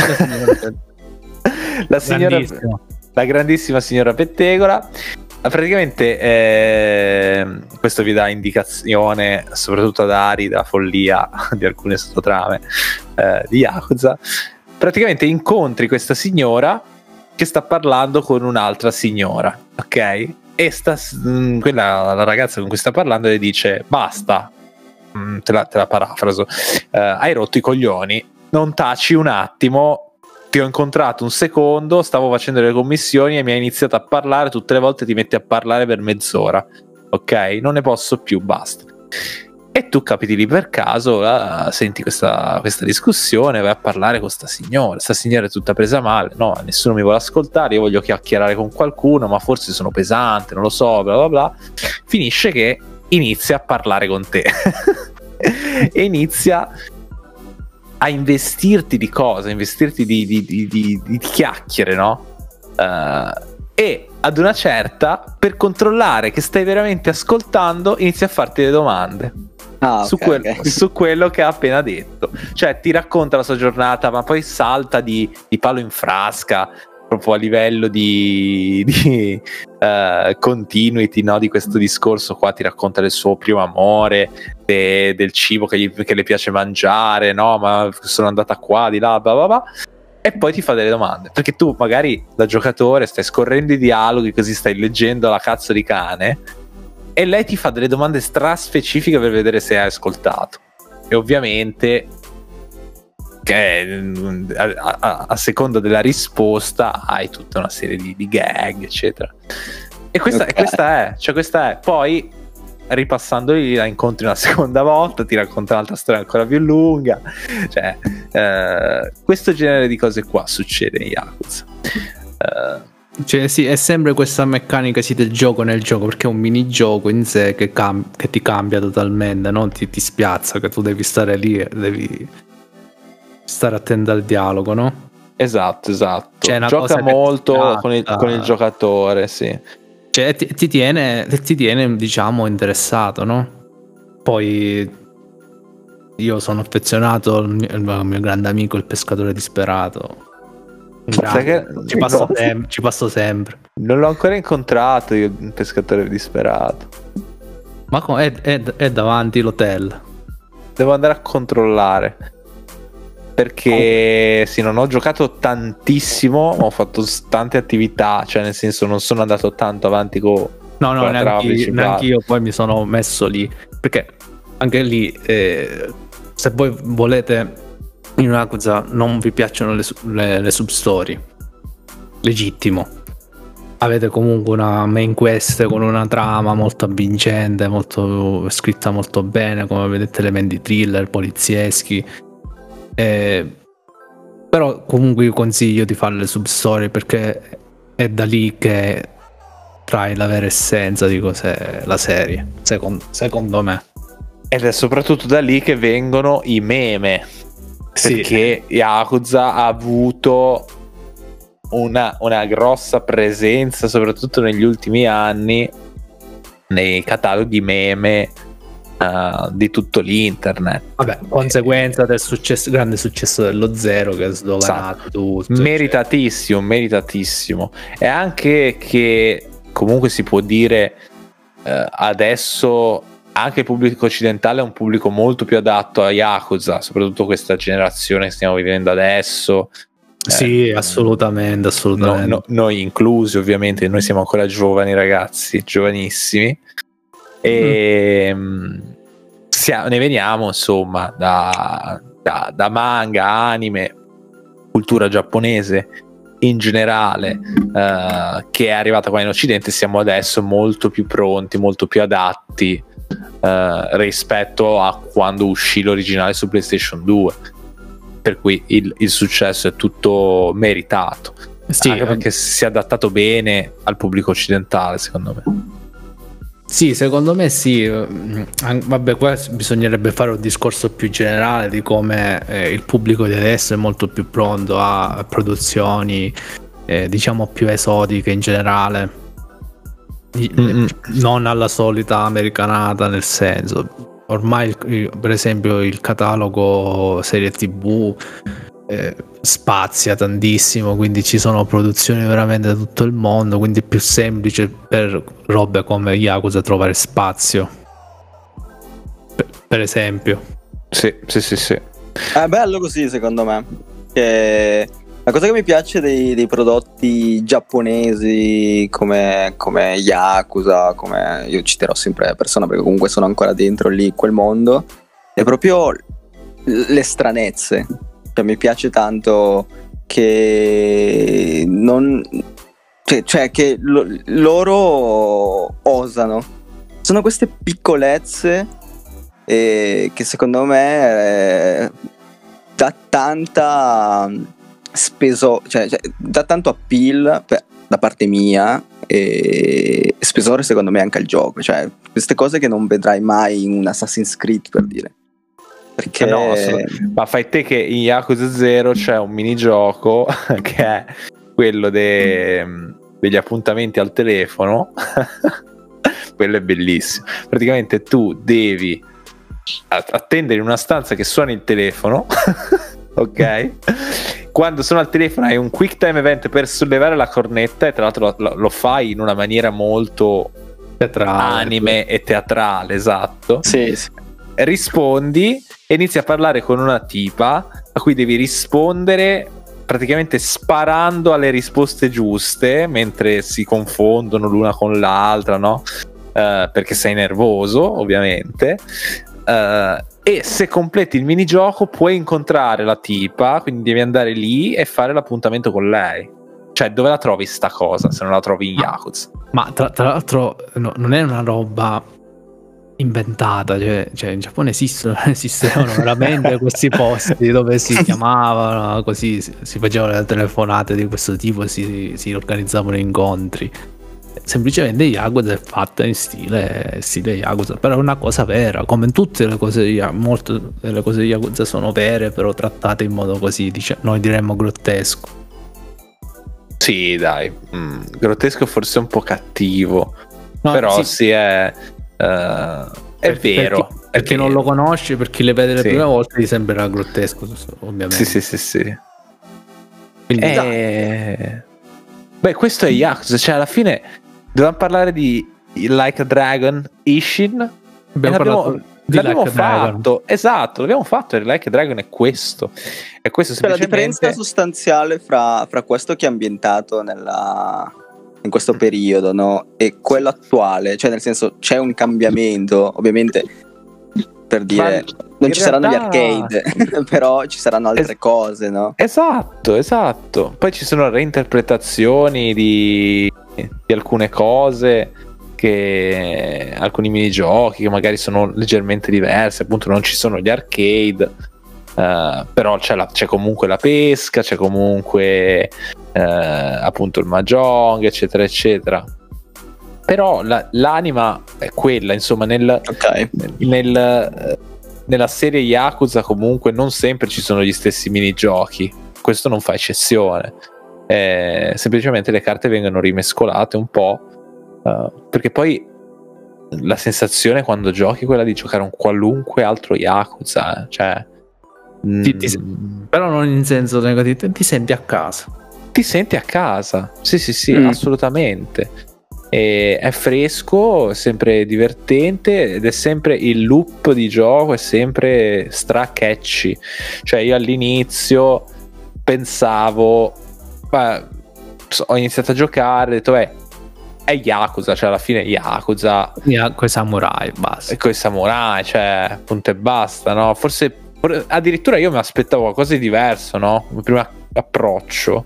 La signora, la grandissima signora Pettegola. Praticamente eh, questo vi dà indicazione soprattutto ad Ari della follia di alcune sottotrame eh, di Yakuza. Praticamente incontri questa signora che sta parlando con un'altra signora, ok? E sta, mh, quella, la ragazza con cui sta parlando le dice basta, mh, te, la, te la parafraso, eh, hai rotto i coglioni, non taci un attimo, ti ho incontrato un secondo, stavo facendo le commissioni e mi hai iniziato a parlare, tutte le volte ti metti a parlare per mezz'ora, ok? Non ne posso più, basta. E tu capiti lì per caso, uh, senti questa, questa discussione, vai a parlare con sta signora, sta signora è tutta presa male, no, nessuno mi vuole ascoltare, io voglio chiacchierare con qualcuno, ma forse sono pesante, non lo so, bla bla bla. Finisce che inizia a parlare con te e inizia a investirti di cose, a investirti di, di, di, di, di chiacchiere, no? Uh, e ad una certa, per controllare che stai veramente ascoltando, inizia a farti le domande. Ah, su, okay, quel, okay. su quello che ha appena detto, cioè ti racconta la sua giornata, ma poi salta di, di palo in frasca proprio a livello di, di uh, continuity, no, di questo discorso qua. Ti racconta del suo primo amore, de, del cibo che, gli, che le piace mangiare, no, ma sono andata qua, di là, bla bla bla. E poi ti fa delle domande, perché tu magari da giocatore stai scorrendo i dialoghi, così stai leggendo la cazzo di cane, e lei ti fa delle domande straspecifiche per vedere se hai ascoltato. E ovviamente che a, a, a seconda della risposta hai tutta una serie di, di gag, eccetera. E questa, okay. e questa è, cioè questa è. Poi ripassando lì la incontri una seconda volta, ti racconta un'altra storia ancora più lunga. Cioè, eh, questo genere di cose qua succede in Yakuza. Eh, Cioè sì, è sempre questa meccanica sì del gioco nel gioco, perché è un minigioco in sé che, cam- che ti cambia totalmente, no? Ti, ti spiazza, che tu devi stare lì e devi stare attento al dialogo, no? Esatto, esatto. Cioè, una gioca cosa che molto ti con il, tratta. con il giocatore, sì. Cioè ti, ti tiene ti tiene diciamo interessato, no? Poi io sono affezionato al mio, al mio grande amico il pescatore disperato. Sai che- Ci passo, no. sem- ci passo sempre. Non l'ho ancora incontrato io, un pescatore disperato. Ma co- è, è, è davanti l'hotel. Devo andare a controllare. Perché sì, non ho giocato tantissimo, ho fatto s- tante attività, cioè nel senso non sono andato tanto avanti con No, no, con la trama neanche, principale. neanche io poi mi sono messo lì. Perché anche lì, eh, se voi volete, in una cosa non vi piacciono le, su- le, le substory, legittimo. Avete comunque una main quest con una trama molto avvincente, molto scritta molto bene, come vedete elementi thriller, polizieschi. Eh, però comunque io consiglio di fare le substory perché è da lì che trai la vera essenza di cos'è la serie, secondo, secondo me. Ed è soprattutto da lì che vengono i meme. Sì. Perché Yakuza ha avuto una, una grossa presenza, soprattutto negli ultimi anni, nei cataloghi meme uh, di tutto l'internet. Vabbè, conseguenza del successo, grande successo dello Zero che ha sdoganato Esatto. tutto. Meritatissimo, meritatissimo. E anche che comunque si può dire eh, adesso anche il pubblico occidentale è un pubblico molto più adatto a Yakuza, soprattutto questa generazione che stiamo vivendo adesso. Sì, Eh, assolutamente, assolutamente. no- no- noi inclusi, ovviamente, noi siamo ancora giovani ragazzi, giovanissimi, e mm. sia- ne veniamo insomma da, da, da manga, anime, cultura giapponese in generale, eh, che è arrivata qua in Occidente. Siamo adesso molto più pronti, molto più adatti eh, rispetto a quando uscì l'originale su PlayStation due, per cui il, il successo è tutto meritato, Sì, anche perché si è adattato bene al pubblico occidentale, secondo me. Sì, secondo me sì. An- Vabbè, qua bisognerebbe fare un discorso più generale di come eh, il pubblico di adesso è molto più pronto a produzioni eh, diciamo più esotiche in generale. I- Mm-mm. Non alla solita americanata, nel senso, ormai il- per esempio il catalogo serie tv eh, spazia tantissimo, quindi ci sono produzioni veramente da tutto il mondo, quindi è più semplice per robe come Yakuza trovare spazio, per, per esempio. Sì, sì, sì, sì. È bello così, secondo me. Che la cosa che mi piace dei, dei prodotti giapponesi come, come Yakuza, come io citerò sempre Persona perché comunque sono ancora dentro lì quel mondo, è proprio le stranezze. Cioè, mi piace tanto che non cioè, cioè che lo- loro osano. Sono queste piccolezze eh, che secondo me eh, dà tanta speso, cioè, cioè dà tanto appeal per- da parte mia e spessore secondo me anche al gioco, cioè queste cose che non vedrai mai in un Assassin's Creed, per dire, perché Eh no, assolut- ma fai te che in Yakuza Zero c'è un minigioco che è quello de- degli appuntamenti al telefono. Quello è bellissimo. Praticamente tu devi a- attendere in una stanza che suoni il telefono. Ok, quando sono al telefono hai un quick time event per sollevare la cornetta, e tra l'altro lo, lo fai in una maniera molto Teatrale. anime e teatrale, esatto. sì, sì. Rispondi e inizi a parlare con una tipa a cui devi rispondere praticamente sparando alle risposte giuste mentre si confondono l'una con l'altra, no? Eh, perché sei nervoso, ovviamente. Eh, e se completi il minigioco puoi incontrare la tipa, quindi devi andare lì e fare l'appuntamento con lei. Cioè, dove la trovi sta cosa se non la trovi in Yakuza? Ma tra, tra l'altro no- non è una roba inventata, cioè, cioè in Giappone esistono, esistevano veramente questi posti dove si chiamavano così, si, si facevano le telefonate di questo tipo, si, si organizzavano incontri. semplicemente Yakuza è fatta in stile stile Yakuza, però è una cosa vera, come tutte le cose di Yakuza. Molte delle cose di Yakuza sono vere, però trattate in modo così, diciamo, noi diremmo grottesco. Sì, dai, mm, grottesco forse un po' cattivo, No, però sì, sì, è, eh, è per- vero. Per chi, è per chi non vero. lo conosce, per chi le vede le Sì. prime volte, gli sembrerà grottesco, ovviamente. Sì, sì, sì, sì. Quindi, dai, Eh, Beh, questo è Yakuza, cioè alla fine dovevamo parlare di Like a Dragon, Ishin, e abbiamo l'abbiamo, parlato di l'abbiamo Like a Dragon. fatto, esatto, l'abbiamo fatto, e Like a Dragon è questo. E questo C'è la differenza semplicemente... sostanziale fra, fra questo che è ambientato nella, in questo periodo, no? E quello attuale, cioè nel senso c'è un cambiamento, ovviamente, per dire, Ma non in ci saranno realtà- gli arcade, però ci saranno altre Es- cose, no? Esatto, esatto. Poi ci sono reinterpretazioni di, di alcune cose, che alcuni minigiochi che magari sono leggermente diversi, appunto non ci sono gli arcade, eh, però c'è, la- c'è comunque la pesca, c'è comunque eh, appunto il mahjong, eccetera, eccetera. Però la- l'anima è quella, insomma, nel, Ok. nel, eh, nella serie Yakuza comunque non sempre ci sono gli stessi minigiochi, questo non fa eccezione. Eh, semplicemente le carte vengono rimescolate un po', eh, perché poi la sensazione quando giochi è quella di giocare un qualunque altro Yakuza, eh, cioè Ti- ti- mm, Però non in senso negativo, ti senti a casa. ti senti a casa, sì sì sì, Mm. assolutamente. E è fresco, è sempre divertente, ed è sempre il loop di gioco, è sempre stra catchy. Cioè io all'inizio pensavo, ma, so, ho iniziato a giocare, ho detto beh, è Yakuza, cioè alla fine Yakuza Con i samurai, basta. con i samurai, cioè punto e basta, no? Forse for- addirittura io mi aspettavo qualcosa di diverso, no? Il primo approccio.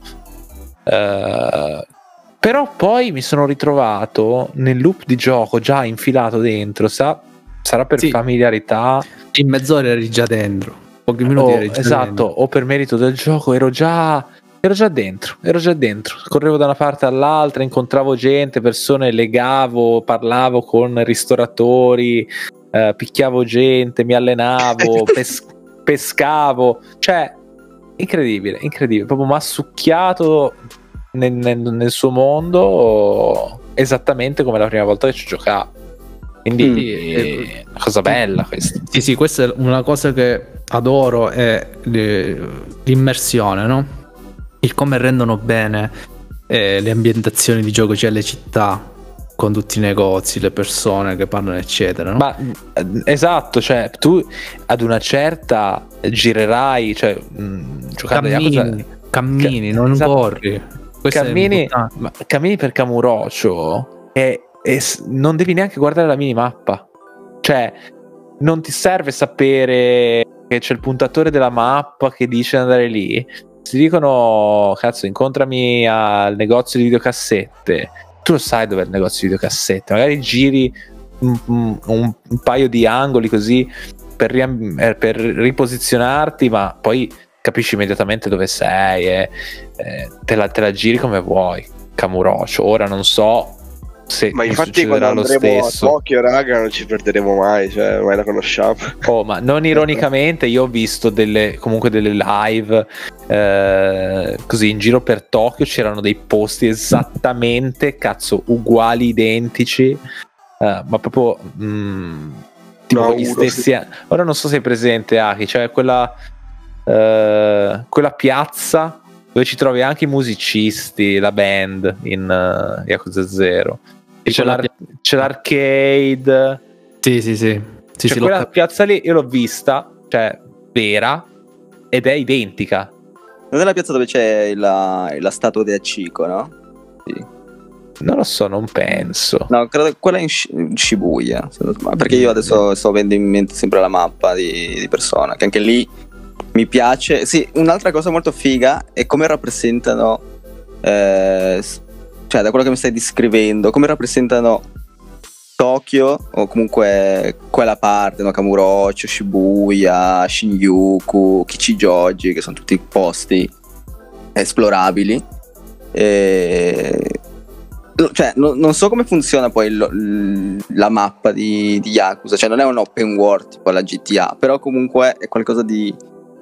Eh, però poi mi sono ritrovato nel loop di gioco già infilato dentro, sa? Sarà per Sì. familiarità, In mezz'ora eri già dentro. Pochi minuti o, eri già esatto, dentro. o per merito del gioco ero già ero già dentro, ero già dentro. Correvo da una parte all'altra, incontravo gente, persone, legavo, parlavo con ristoratori, eh, picchiavo gente, mi allenavo, pes- pescavo, cioè incredibile, incredibile, proprio mi ha succhiato nel, nel- nel suo mondo, esattamente come la prima volta che ci giocavo. Quindi Mm. è una cosa bella questa. Sì, sì, questa è una cosa che adoro, è le- l'immersione, no? Il come rendono bene eh, le ambientazioni di gioco, cioè le città, con tutti i negozi, le persone che parlano, eccetera, no? Ma eh, esatto, cioè tu ad una certa girerai, cioè mh, giocando a Yakuza, cammini, cammini, Ca- non esatto. corri. Questo è cammini, importante. ma cammini per Kamurocho e, e s- non devi neanche guardare la minimappa, cioè non ti serve sapere che c'è il puntatore della mappa che dice di andare lì. Ti dicono cazzo, incontrami al negozio di videocassette, tu lo sai dov'è il negozio di videocassette, magari giri un, un- un paio di angoli così per, riam- eh, per riposizionarti, ma poi capisci immediatamente dove sei e eh, te, la, te la giri come vuoi. Kamurocho, ora non so se Ma mi infatti succederà quando lo andremo stesso. a Tokyo, raga, non ci perderemo mai, cioè ormai la conosciamo. Oh, ma non ironicamente, io ho visto delle comunque delle live eh, così in giro per Tokyo, c'erano dei posti esattamente cazzo uguali, identici, eh, ma proprio mh, tipo No, gli uno, stessi. Ora non so se è presente Aki, cioè quella eh, quella piazza dove ci trovi anche i musicisti, la band in uh, Yakuza Zero. E c'è, quella l'ar- c'è l'arcade. Sì, sì, sì. Sì, Cioè, sì, l'ho quella cap- piazza lì io l'ho vista, cioè vera, ed è identica. Non è la piazza dove c'è la, la statua di Hachiko, no? Sì. Non lo so, non penso. No, credo quella è in, Shi- in Shibuya, se non sbaglio, perché io adesso sto avendo in mente sempre la mappa di, di Persona, che anche lì mi piace. Sì, un'altra cosa molto figa è come rappresentano, eh, s- cioè da quello che mi stai descrivendo, come rappresentano Tokyo, o comunque quella parte, no? Kamurocho, Shibuya, Shinjuku, Kichijoji, che sono tutti posti esplorabili. E Cioè, no, non so come funziona poi lo, la mappa di, di Yakuza, cioè non è un open world tipo la G T A, però comunque è qualcosa di,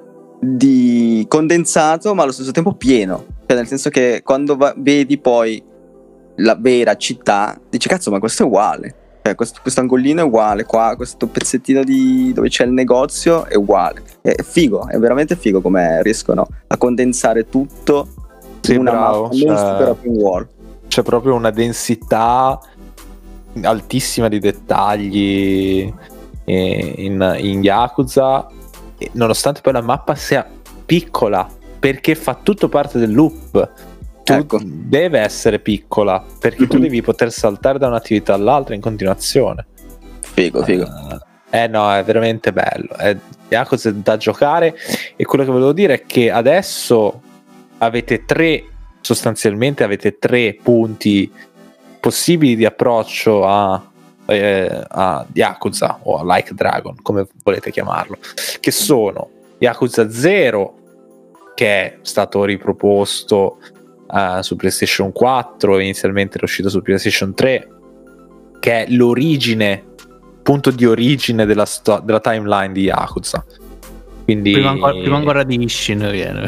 di condensato ma allo stesso tempo pieno, cioè nel senso che quando va, vedi poi la vera città dici cazzo ma questo è uguale, cioè questo, questo angolino è uguale, qua questo pezzettino di dove c'è il negozio è uguale, è figo, è veramente figo come riescono a condensare tutto sì, in una bravo, mappa non cioè... super open world. C'è proprio una densità altissima di dettagli in, in Yakuza, nonostante poi la mappa sia piccola, perché fa tutto parte del loop. Tu Ecco. deve essere piccola, perché tu devi poter saltare da un'attività all'altra in continuazione. Figo, figo. Uh, eh no, è veramente bello. È, Yakuza è da giocare, e quello che volevo dire è che adesso avete tre sostanzialmente avete tre punti possibili di approccio a, eh, a Yakuza o a Like Dragon, come volete chiamarlo, che sono Yakuza zero, che è stato riproposto uh, su PlayStation quattro, inizialmente era uscito su PlayStation tre, che è l'origine, punto di origine della, sto- della timeline di Yakuza. Quindi... Prima ancora, prima ancora di Ishin viene.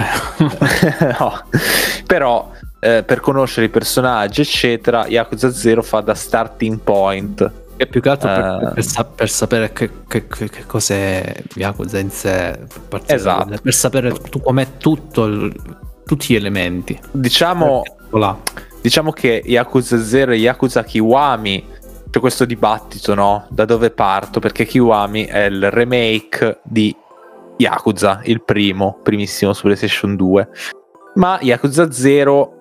No, però eh, per conoscere i personaggi eccetera, Yakuza zero fa da starting point, e più che altro per, uh, per, sa- per sapere che, che, che, che cos'è Yakuza in sé, per, esatto. per sapere tu, com'è tutto il, tutti gli elementi, diciamo là. Diciamo che Yakuza zero e Yakuza Kiwami c'è questo dibattito, no? Da dove parto? Perché Kiwami è il remake di Yakuza, il primo, primissimo su PlayStation due, ma Yakuza zero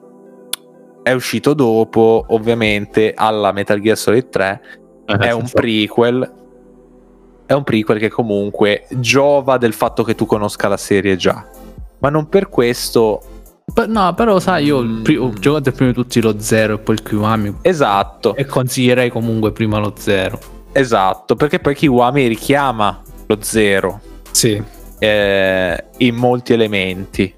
è uscito dopo, ovviamente, alla Metal Gear Solid tre, eh, è un prequel, è un prequel che comunque giova del fatto che tu conosca la serie già, ma non per questo... No, però sai, io mm. pri- ho giocato prima di tutti lo zero e poi il Kiwami. Esatto. E consiglierei comunque prima lo zero. Esatto, perché poi Kiwami richiama lo zero. Sì. Eh, in molti elementi,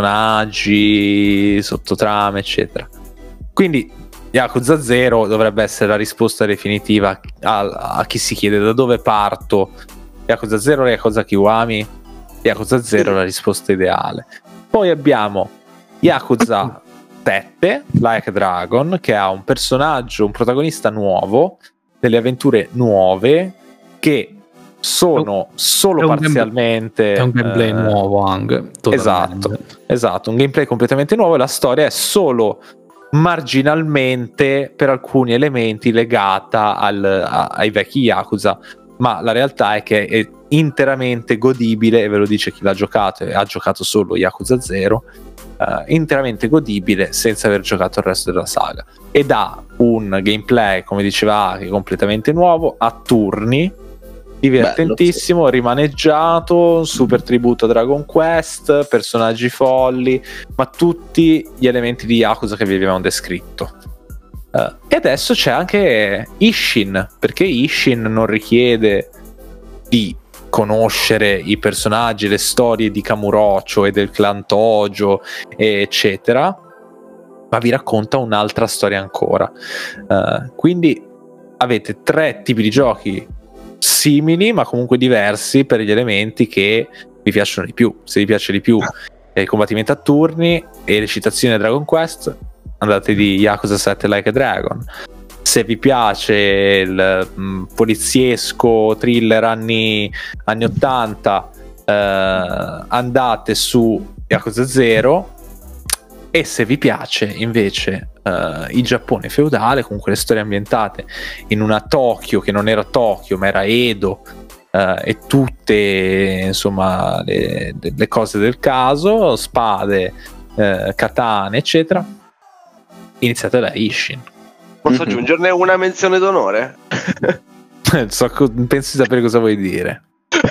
personaggi, sottotrame eccetera. Quindi Yakuza zero dovrebbe essere la risposta definitiva a, a chi si chiede da dove parto. Yakuza zero, Yakuza Kiwami. Yakuza zero è la risposta ideale. Poi abbiamo Yakuza sette, Like Dragon, che ha un personaggio, un protagonista nuovo, delle avventure nuove che sono solo è parzialmente è un gameplay eh, nuovo anche totalmente. esatto esatto un gameplay completamente nuovo, e la storia è solo marginalmente per alcuni elementi legata al, a, ai vecchi Yakuza, ma la realtà è che è interamente godibile, e ve lo dice chi l'ha giocato e ha giocato solo Yakuza zero, uh, interamente godibile senza aver giocato il resto della saga, ed ha un gameplay, come diceva, che è completamente nuovo, a turni, divertentissimo, bello, sì. Rimaneggiato, un super tributo a Dragon Quest, personaggi folli, ma tutti gli elementi di Yakuza che vi abbiamo descritto. Uh, e adesso c'è anche Ishin, perché Ishin non richiede di conoscere i personaggi, le storie di Kamurocho e del clan Tojo, eccetera, ma vi racconta un'altra storia ancora. Uh, quindi avete tre tipi di giochi simili ma comunque diversi per gli elementi che vi piacciono di più. Se vi piace di più il combattimento a turni e le citazioni a Dragon Quest, andate di Yakuza sette Like a Dragon. Se vi piace il mh, poliziesco thriller anni, anni ottanta, eh, andate su Yakuza zero. E se vi piace invece uh, il Giappone feudale, comunque le storie ambientate in una Tokyo che non era Tokyo ma era Edo, uh, e tutte insomma le, le cose del caso, spade, uh, katane eccetera, iniziate da Ishin. Posso mm-hmm. aggiungerne una menzione d'onore? so, penso di sapere cosa vuoi dire.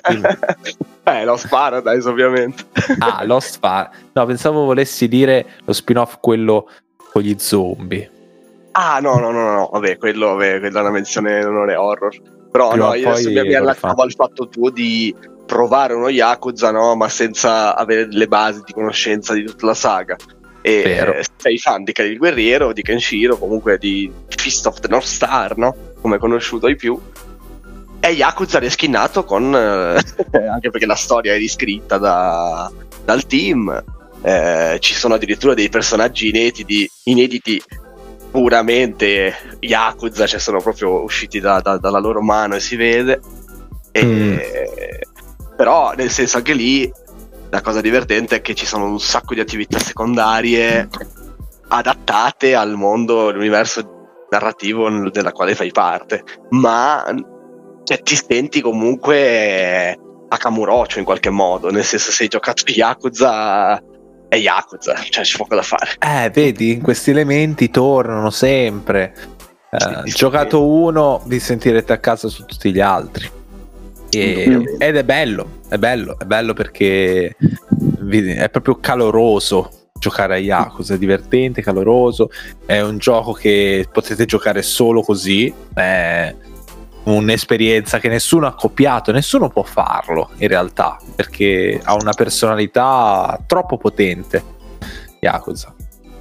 Eh, Lost Paradise ovviamente. Ah, Lost Paradise. No, pensavo volessi dire lo spin-off, quello con gli zombie. Ah, no, no, no, no, vabbè, quello, vabbè, quella è una menzione d'onore horror. Però Prima no, io adesso mi, mi allattavo al fatto tuo di provare uno Yakuza, no, ma senza avere le basi di conoscenza di tutta la saga. E Vero. eh, sei fan di Karel il Guerriero, di Kenshiro, comunque di Fist of the North Star, no? Come è conosciuto ai più. E Yakuza riskinnato con eh, anche perché la storia è riscritta da, dal team, eh, ci sono addirittura dei personaggi inediti, inediti puramente Yakuza, cioè sono proprio usciti da, da, dalla loro mano e si vede. E, Mm. Però nel senso anche lì la cosa divertente è che ci sono un sacco di attività secondarie adattate al mondo, all'universo narrativo della quale fai parte, ma cioè, ti senti comunque a Kamurocho in qualche modo, nel senso se hai giocato Yakuza è Yakuza, cioè c'è poco da fare. Eh, vedi, questi elementi tornano sempre. Eh, Sì, sì. giocato uno, vi sentirete a casa su tutti gli altri. E- Mm. ed è bello, è bello, è bello perché vi- è proprio caloroso giocare a Yakuza, è divertente, caloroso, è un gioco che potete giocare solo così, è un'esperienza che nessuno ha copiato, nessuno può farlo in realtà, perché ha una personalità troppo potente Yakuza.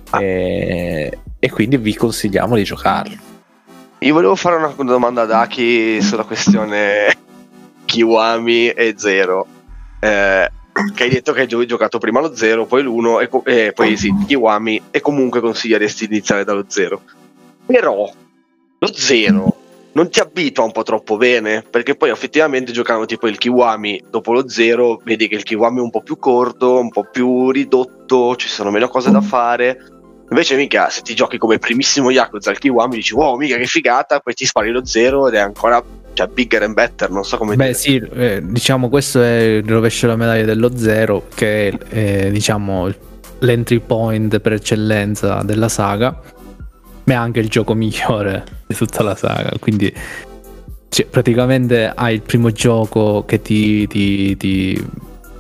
E, e quindi vi consigliamo di giocarlo. Io volevo fare una domanda ad Aki sulla questione Kiwami e Zero, eh, che hai detto che hai gio- giocato prima lo Zero, poi l'uno e, co- e poi sì, Kiwami, e comunque consiglieresti di iniziare dallo Zero. Però lo Zero non ti abitua un po' troppo bene, perché poi effettivamente giocando tipo il Kiwami dopo lo Zero vedi che il Kiwami è un po' più corto, un po' più ridotto, ci sono meno cose da fare. Invece mica se ti giochi come primissimo Yakuza al Kiwami dici wow mica che figata, poi ti spari lo Zero ed è ancora, cioè, bigger and better, non so come Beh dire. sì, eh, diciamo questo è il rovescio della medaglia dello Zero, che è eh, diciamo l'entry point per eccellenza della saga, ma è anche il gioco migliore di tutta la saga, quindi cioè, praticamente hai il primo gioco che ti, ti, ti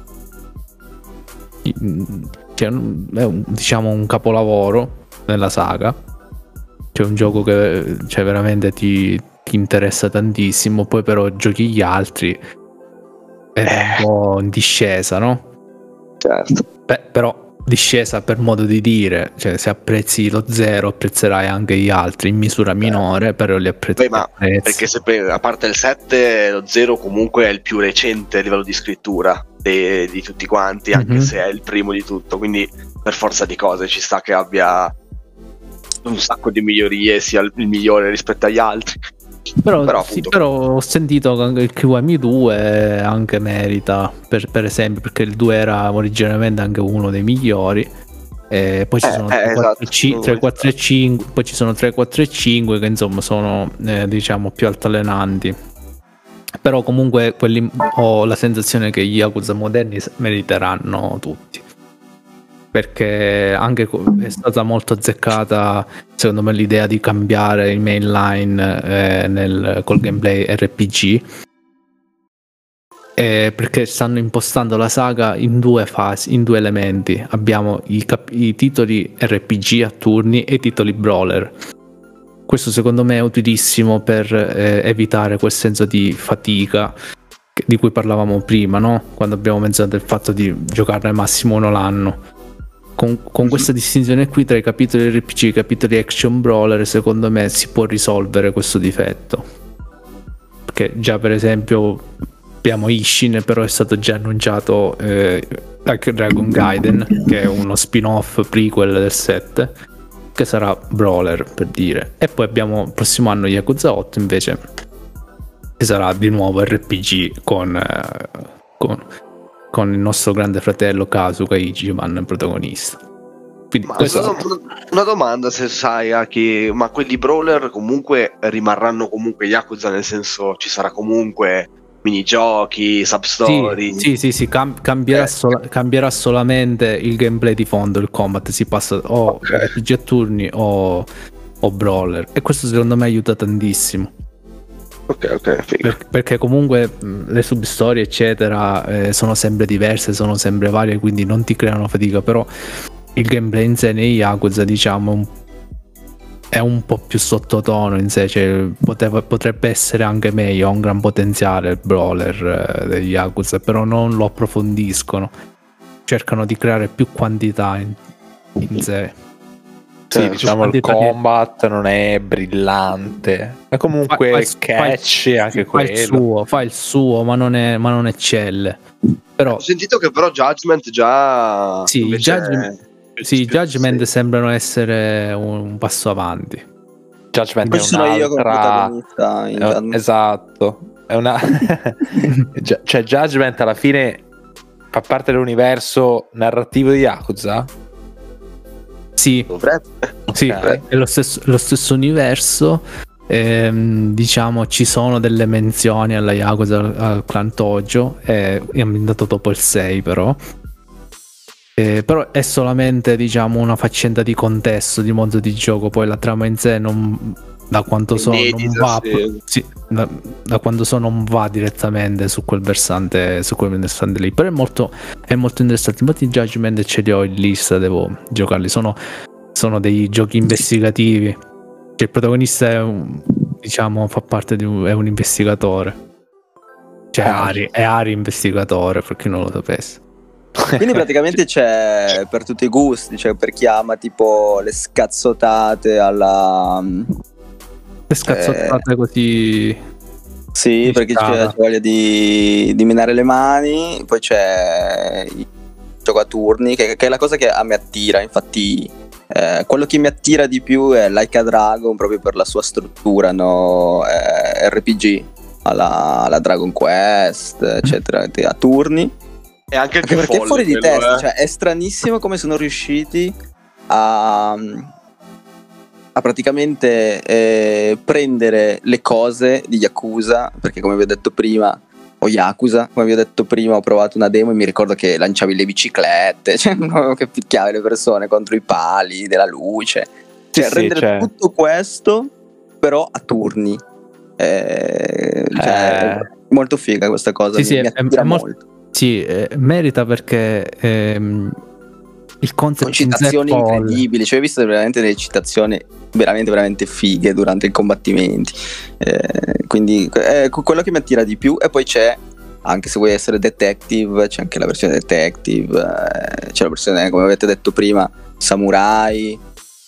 cioè, è un, diciamo un capolavoro nella saga, c'è un gioco che cioè, veramente ti, ti interessa tantissimo, poi però giochi gli altri ed è un po' in discesa, no? Certo. Beh, però discesa per modo di dire, cioè se apprezzi lo Zero apprezzerai anche gli altri in misura minore, però li apprezzi. Beh, ma perché se pre- a parte il sette, lo Zero comunque è il più recente a livello di scrittura de- di tutti quanti, anche Mhm. se è il primo di tutto, quindi per forza di cose ci sta che abbia un sacco di migliorie, sia il il migliore rispetto agli altri. Però, Però, sì, appunto- però ho sentito che anche il Kiwami due anche merita, per, per esempio, perché il due era originariamente anche uno dei migliori. E poi ci Eh, sono eh, tre, quattro, esatto. ci- tre, quattro e cinque, poi ci sono tre, quattro e cinque che insomma sono eh, diciamo più altalenanti. Però comunque quelli, ho la sensazione che gli Yakuza moderni s- meriteranno tutti, perché anche co- è stata molto azzeccata secondo me l'idea di cambiare il mainline eh, nel, col gameplay R P G, eh, perché stanno impostando la saga in due fasi, in due elementi. Abbiamo i, cap- i titoli R P G a turni e i titoli brawler. Questo secondo me è utilissimo per eh, evitare quel senso di fatica che- di cui parlavamo prima, no? Quando abbiamo menzionato il fatto di giocarne al massimo uno l'anno. Con, con questa distinzione qui tra i capitoli R P G e i capitoli action brawler, secondo me si può risolvere questo difetto, perché già per esempio abbiamo Ishin, però è stato già annunciato eh, Like Dragon Gaiden, che è uno spin-off prequel del sette, che sarà brawler per dire, e poi abbiamo il prossimo anno Yakuza otto invece, che sarà di nuovo R P G con, eh, con con il nostro grande fratello Kasuga Ichiban protagonista. Quindi Ma questo- una, una domanda, se sai, Aki, ma quelli brawler comunque rimarranno comunque Yakuza, nel senso ci sarà comunque minigiochi, substory? sì, sì, sì, sì, cam- cambierà, Eh. sola- cambierà solamente il gameplay di fondo, il combat, si passa o Ok. R P G a turni o, o brawler, e questo secondo me aiuta tantissimo. Ok, ok, figo. Per- perché comunque mh, le substorie eccetera eh, sono sempre diverse, sono sempre varie, quindi non ti creano fatica, però il gameplay in sé nei Yakuza diciamo è un, è un po' più sottotono in sé, cioè, poteva- potrebbe essere anche meglio, ha un gran potenziale il brawler eh, degli Yakuza, però non lo approfondiscono, cercano di creare più quantità in- in sé. Sì, Cioè, diciamo il quantità che- combat non è brillante, è comunque Fa- fa il- catchy fa- anche fa il quello. suo, fa il suo, ma non, è, ma non eccelle. Però Ho sentito che però Judgment già sì, i invece Judgment, è- sì, i più- Judgment sì. sembrano essere un, un passo avanti. Judgment Poi è ci sono io come un'altra, protagonista in è- Judgment. esatto, è una Gi- cioè Judgment alla fine fa parte dell'universo narrativo di Yakuza. Sì, Dovrebbe. sì, Ok. è lo stesso, lo stesso universo. Ehm, diciamo ci sono delle menzioni alla Yakuza, al, al clan Tojo, è è ambientato dopo il sei però. Eh, però è solamente diciamo una faccenda di contesto, di modo di gioco, poi la trama in sé non, da quanto so non Inedita, va, sì. sì, da, da quanto so non va direttamente su quel versante, su quel versante lì, però è molto, è molto interessante. Molti Judgment ce li ho in lista, devo giocarli, sono, sono dei giochi investigativi, cioè il protagonista è un, diciamo fa parte di un, è un investigatore, cioè Ah. Ari, è Ari investigatore, per chi non lo sapesse. Quindi praticamente c'è per tutti i gusti, cioè per chi ama tipo le scazzottate alla... Le scazzottate così. Sì, perché c'è, Strada. c'è voglia di, di minare le mani, poi c'è il gioco a turni, che, che è la cosa che a me attira, infatti eh, quello che mi attira di più è Like a Dragon, proprio per la sua struttura, no? Eh, R P G, alla, alla Dragon Quest, eccetera, a turni. E anche il Anche più perché è folle fuori di quello, testa, eh. cioè è stranissimo come sono riusciti a, a praticamente eh, prendere le cose di Yakuza, perché come vi ho detto prima, o Yakuza, come vi ho detto prima, ho provato una demo e mi ricordo che lanciavi le biciclette, cioè che picchiavi le persone contro i pali della luce, cioè Sì, sì, rendere cioè- tutto questo però a turni. Eh, cioè, Eh. è molto figa questa cosa, Sì, mi, sì, mi è- attira è molto- molto. Sì, eh, merita perché ehm, il concept Con in sé è citazioni folle. incredibili, cioè ho visto veramente delle citazioni veramente veramente fighe durante i combattimenti, eh, quindi è quello che mi attira di più. E poi c'è, anche se vuoi essere detective, c'è anche la versione detective, eh, c'è la versione, come avete detto prima, samurai,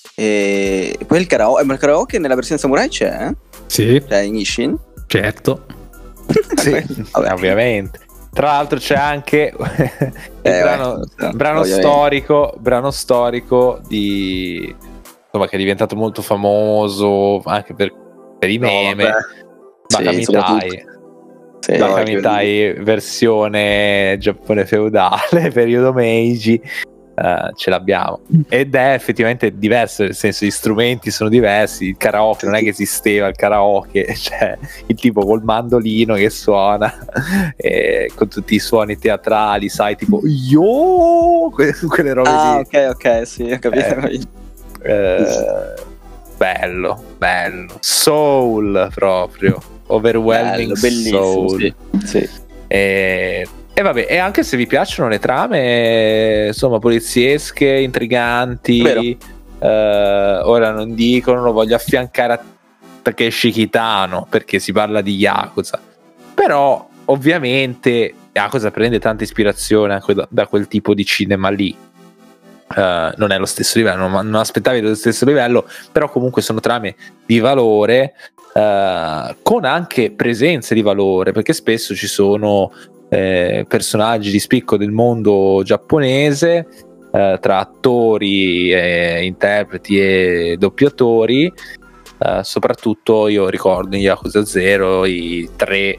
e poi il karaoke, ma il karaoke nella versione samurai c'è, eh? Sì, Cioè in Ishin. certo. Sì, Vabbè. ovviamente. Tra l'altro c'è anche il Eh, brano, beh, brano ovviamente. storico, brano storico di insomma che è diventato molto famoso anche per, per i No, meme. vabbè. Bakamitai, Sì, soprattutto. Sì, No, Bakamitai versione Giappone feudale, periodo Meiji. eh, ce l'abbiamo ed è effettivamente diverso, nel senso gli strumenti sono diversi, il karaoke non è che esisteva il karaoke, cioè il tipo col mandolino che suona e con tutti i suoni teatrali, sai, tipo yo, que- quelle robe ah, lì. ok, ok, sì, ho capito. Eh. ho capito. Eh, bello, bello, soul proprio, overwhelming Bello, bellissimo, soul. sì, sì. E, e vabbè, e anche se vi piacciono le trame, insomma, poliziesche, intriganti, Vero. eh, ora non dico, non lo voglio affiancare a Takeshi Kitano perché si parla di Yakuza, però ovviamente Yakuza prende tanta ispirazione anche da, da quel tipo di cinema lì. Uh, non è lo stesso livello, non, non aspettavi lo stesso livello, però comunque sono trame di valore, uh, con anche presenze di valore, perché spesso ci sono eh, personaggi di spicco del mondo giapponese, uh, tra attori, eh, interpreti e doppiatori. Uh, soprattutto io ricordo in Yakuza Zero i tre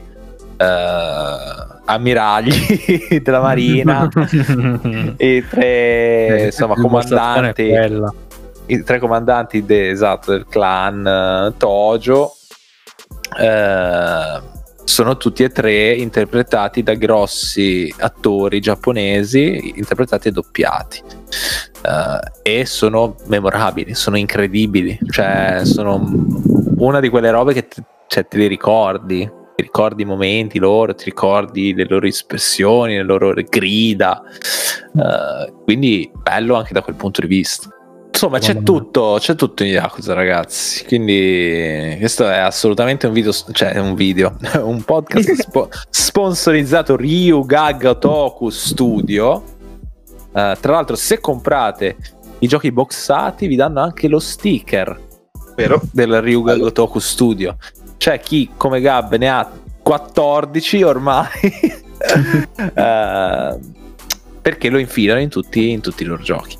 uh, ammiragli della marina, i tre insomma comandanti, i tre comandanti de, esatto, del clan uh, Tojo, uh, sono tutti e tre interpretati da grossi attori giapponesi, interpretati e doppiati, uh, e sono memorabili, sono incredibili, cioè sono una di quelle robe che te, cioè, te li ricordi, ti ricordi i momenti loro, ti ricordi le loro espressioni, le loro grida, uh, quindi bello anche da quel punto di vista. Insomma, c'è tutto, c'è tutto in Yakuza, ragazzi. Quindi questo è assolutamente un video, cioè un video, un podcast spo- sponsorizzato Ryu Gaga Otaku Studio. Uh, tra l'altro, se comprate i giochi boxati vi danno anche lo sticker Vero? del Ryuga Gotoku Studio. C'è chi come Gab ne ha quattordici ormai uh, perché lo infilano in tutti, in tutti i loro giochi.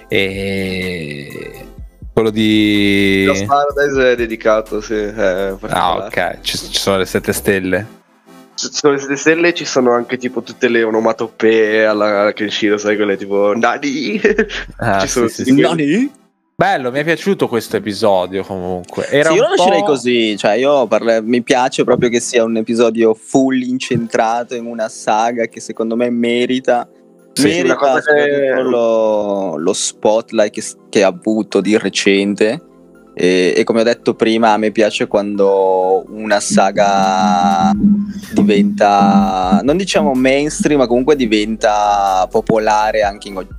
E quello di Lo Paradise è dedicato, sì, è ah ok, ci, ci sono le sette stelle. Ci sono le sette stelle, ci sono anche tipo tutte le onomatopee alla, alla Kenshiro, sai, quelle tipo Nani. Ah, ci sono sì, sì, tutti sì. quelli. Nani? Bello, mi è piaciuto questo episodio comunque. Era Sì, io un lo lascerei po'... così, cioè io parla- mi piace proprio che sia un episodio full incentrato in una saga che secondo me merita, Sì, una merita cosa che- soprattutto lo, lo spotlight che, che ha avuto di recente e, e come ho detto prima a me piace quando una saga diventa, non diciamo mainstream, ma comunque diventa popolare anche in, o-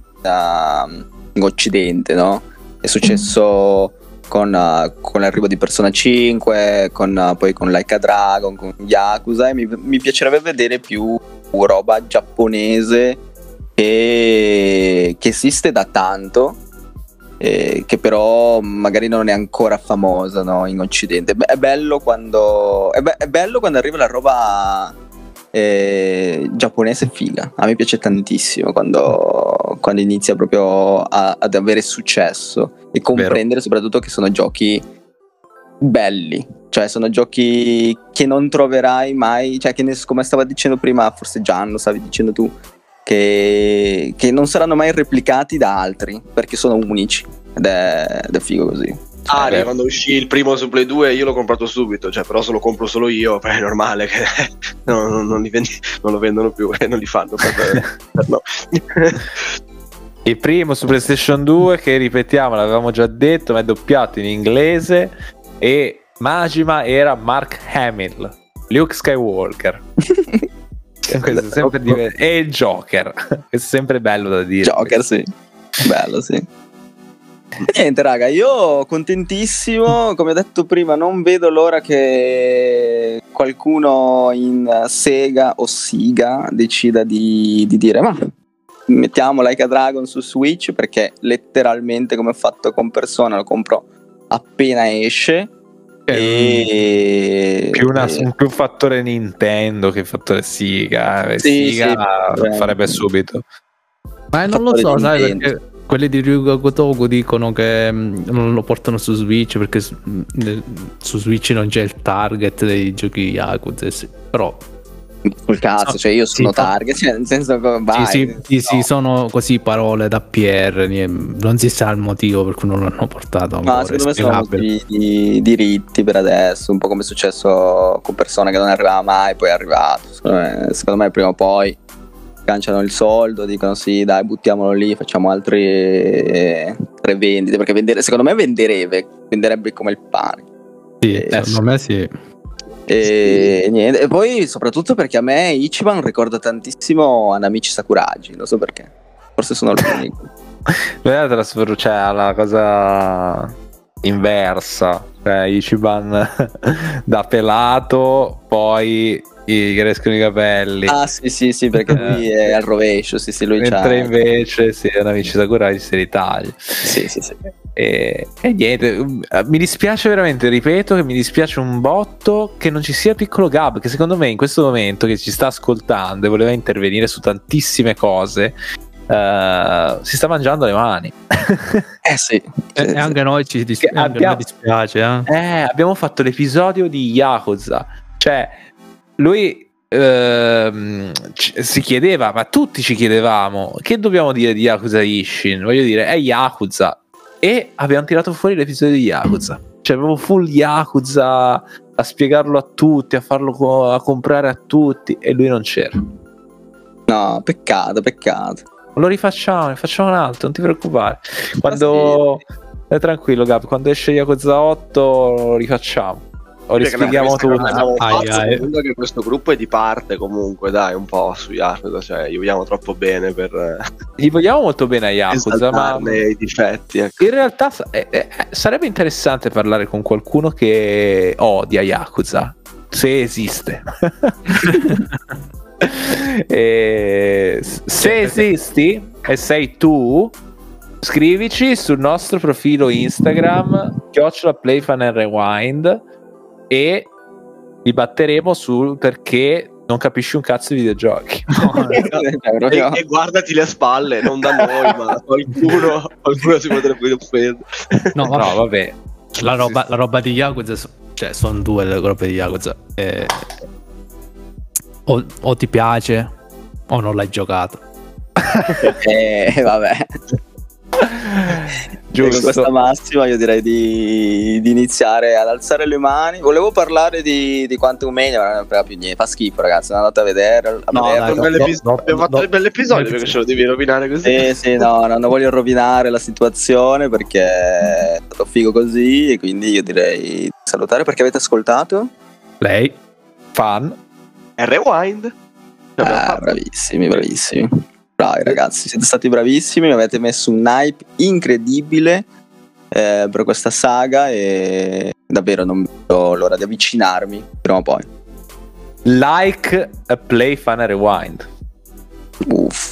in Occidente, no? È successo con, uh, con l'arrivo di Persona cinque, con, uh, poi con Like a Dragon, con Yakuza, e mi, mi piacerebbe vedere più roba giapponese che, che esiste da tanto, eh, che però magari non è ancora famosa, no, in Occidente. Beh, è bello quando è, be- è bello quando arriva la roba eh, giapponese figa. A me piace tantissimo quando, quando inizia proprio a- ad avere successo e comprendere soprattutto che sono giochi belli, cioè sono giochi che non troverai mai, cioè che ne- come stava dicendo prima, forse Gian, lo stavi dicendo tu, che, che non saranno mai replicati da altri perché sono unici ed è, ed è figo così. Ari, Vero. quando uscì il primo su Play due io l'ho comprato subito, cioè però se lo compro solo io, beh, è normale che no, non, non li vendi- non lo vendono più e non li fanno per, per no. Il primo su PlayStation due, che ripetiamo, l'avevamo già detto, ma è doppiato in inglese, e Majima era Mark Hamill, Luke Skywalker. Questo è sempre diver- e il Joker. Questo è sempre bello da dire. Joker, sì, bello, sì. Niente raga, io contentissimo, come ho detto prima non vedo l'ora che qualcuno in Sega o Siga decida di, di dire ma mettiamo Like a Dragon su Switch, perché letteralmente come ho fatto con Persona lo compro appena esce. E Più, una, e- un più fattore Nintendo che fattore Sega. eh, Sì, Sega sì, farebbe subito. Ma non lo fattore so, di sai, Nintendo. perché quelli di Ryuga Gotoku dicono che mh, non lo portano su Switch perché su, mh, su Switch non c'è il target dei giochi Yakuza, sì. Però col cazzo, cioè io sono Sì, fa- target, cioè nel senso che vai, sì, sì, sì, sì, no. sono così parole da P R, nie- non si sa il motivo per cui non l'hanno portato ancora. Ma secondo me sono inspiegabile. motivi di diritti per adesso, un po' come è successo con Persona che non arrivava mai, poi è arrivato. Secondo me, secondo me prima o poi canciano il soldo, dicono sì dai buttiamolo lì, facciamo altri eh, tre vendite, perché vendere, secondo me venderebbe, venderebbe come il pane. Sì, Eh, secondo me sì. E niente, e poi soprattutto perché a me Ichiban ricorda tantissimo Anamichi Sakuragi, non so perché, forse sono l'unico. Vedete la sfor- cioè la cosa inversa, cioè Ichiban da pelato, poi gli crescono i capelli. Ah sì sì sì, perché lui è al rovescio, sì sì, lui c'ha... Mentre invece sì, Anamichi Sakuragi si ritaglia. Sì sì sì. E, e niente, mi dispiace veramente, ripeto che mi dispiace un botto che non ci sia Piccolo Gab, che secondo me in questo momento che ci sta ascoltando e voleva intervenire su tantissime cose, uh, si sta mangiando le mani. Eh sì. E, e anche noi ci dis- Che anche a me abbiamo- dispiace, eh. Eh, abbiamo fatto l'episodio di Yakuza, cioè lui ehm, ci- si chiedeva, ma tutti ci chiedevamo, che dobbiamo dire di Yakuza Ishin? Voglio dire, è Yakuza. E abbiamo tirato fuori l'episodio di Yakuza, cioè avevo full Yakuza a spiegarlo a tutti, a farlo co- a comprare a tutti, e lui non c'era. No, peccato, peccato. Lo rifacciamo, ne facciamo un altro, non ti preoccupare. Quando è tranquillo Gab, quando esce Yakuza otto lo rifacciamo. O rispieghiamo Perché tutto. abbiamo Ai, fatto ai. comunque che questo gruppo è di parte comunque, dai, un po' su Yakuza, cioè gli vogliamo troppo bene per Gli vogliamo molto bene a Yakuza, ma esaltarne i difetti, ecco. in realtà sa- eh, eh, sarebbe interessante parlare con qualcuno che odia Yakuza, se esiste. E s- se esisti e sei tu, Scrivici sul nostro profilo Instagram chiocciola playfun and rewind e vi batteremo sul perché non capisci un cazzo di videogiochi. e, e guardati le spalle, non da noi, ma qualcuno, qualcuno si potrebbe offendere. No, vabbè. No, vabbè. La roba, la roba di Yakuza, cioè sono due le robe di Yakuza. Eh, o, o ti piace o non l'hai giocato. Eh, vabbè. Giusto. Con questa massima io direi di, di iniziare ad alzare le mani. Volevo parlare di, di Quantum Mania, ma non frega più niente. Fa schifo, ragazzi. Non andate a vedere. A No, vederlo. dai, Un bel no, epis- no, abbiamo no, fatto no. dei belli episodi No, perché ce lo devi rovinare così. Sì, sì, no, no, non voglio rovinare la situazione perché è stato figo così. E quindi io direi di salutare. Perché avete ascoltato? Lei? Fan. E rewind. Ah, bravissimi, bravissimi. Bravi ragazzi, siete stati bravissimi, mi avete messo un hype incredibile eh, per questa saga e davvero non vedo l'ora di avvicinarmi prima o poi. Like a play fun and rewind. Uff.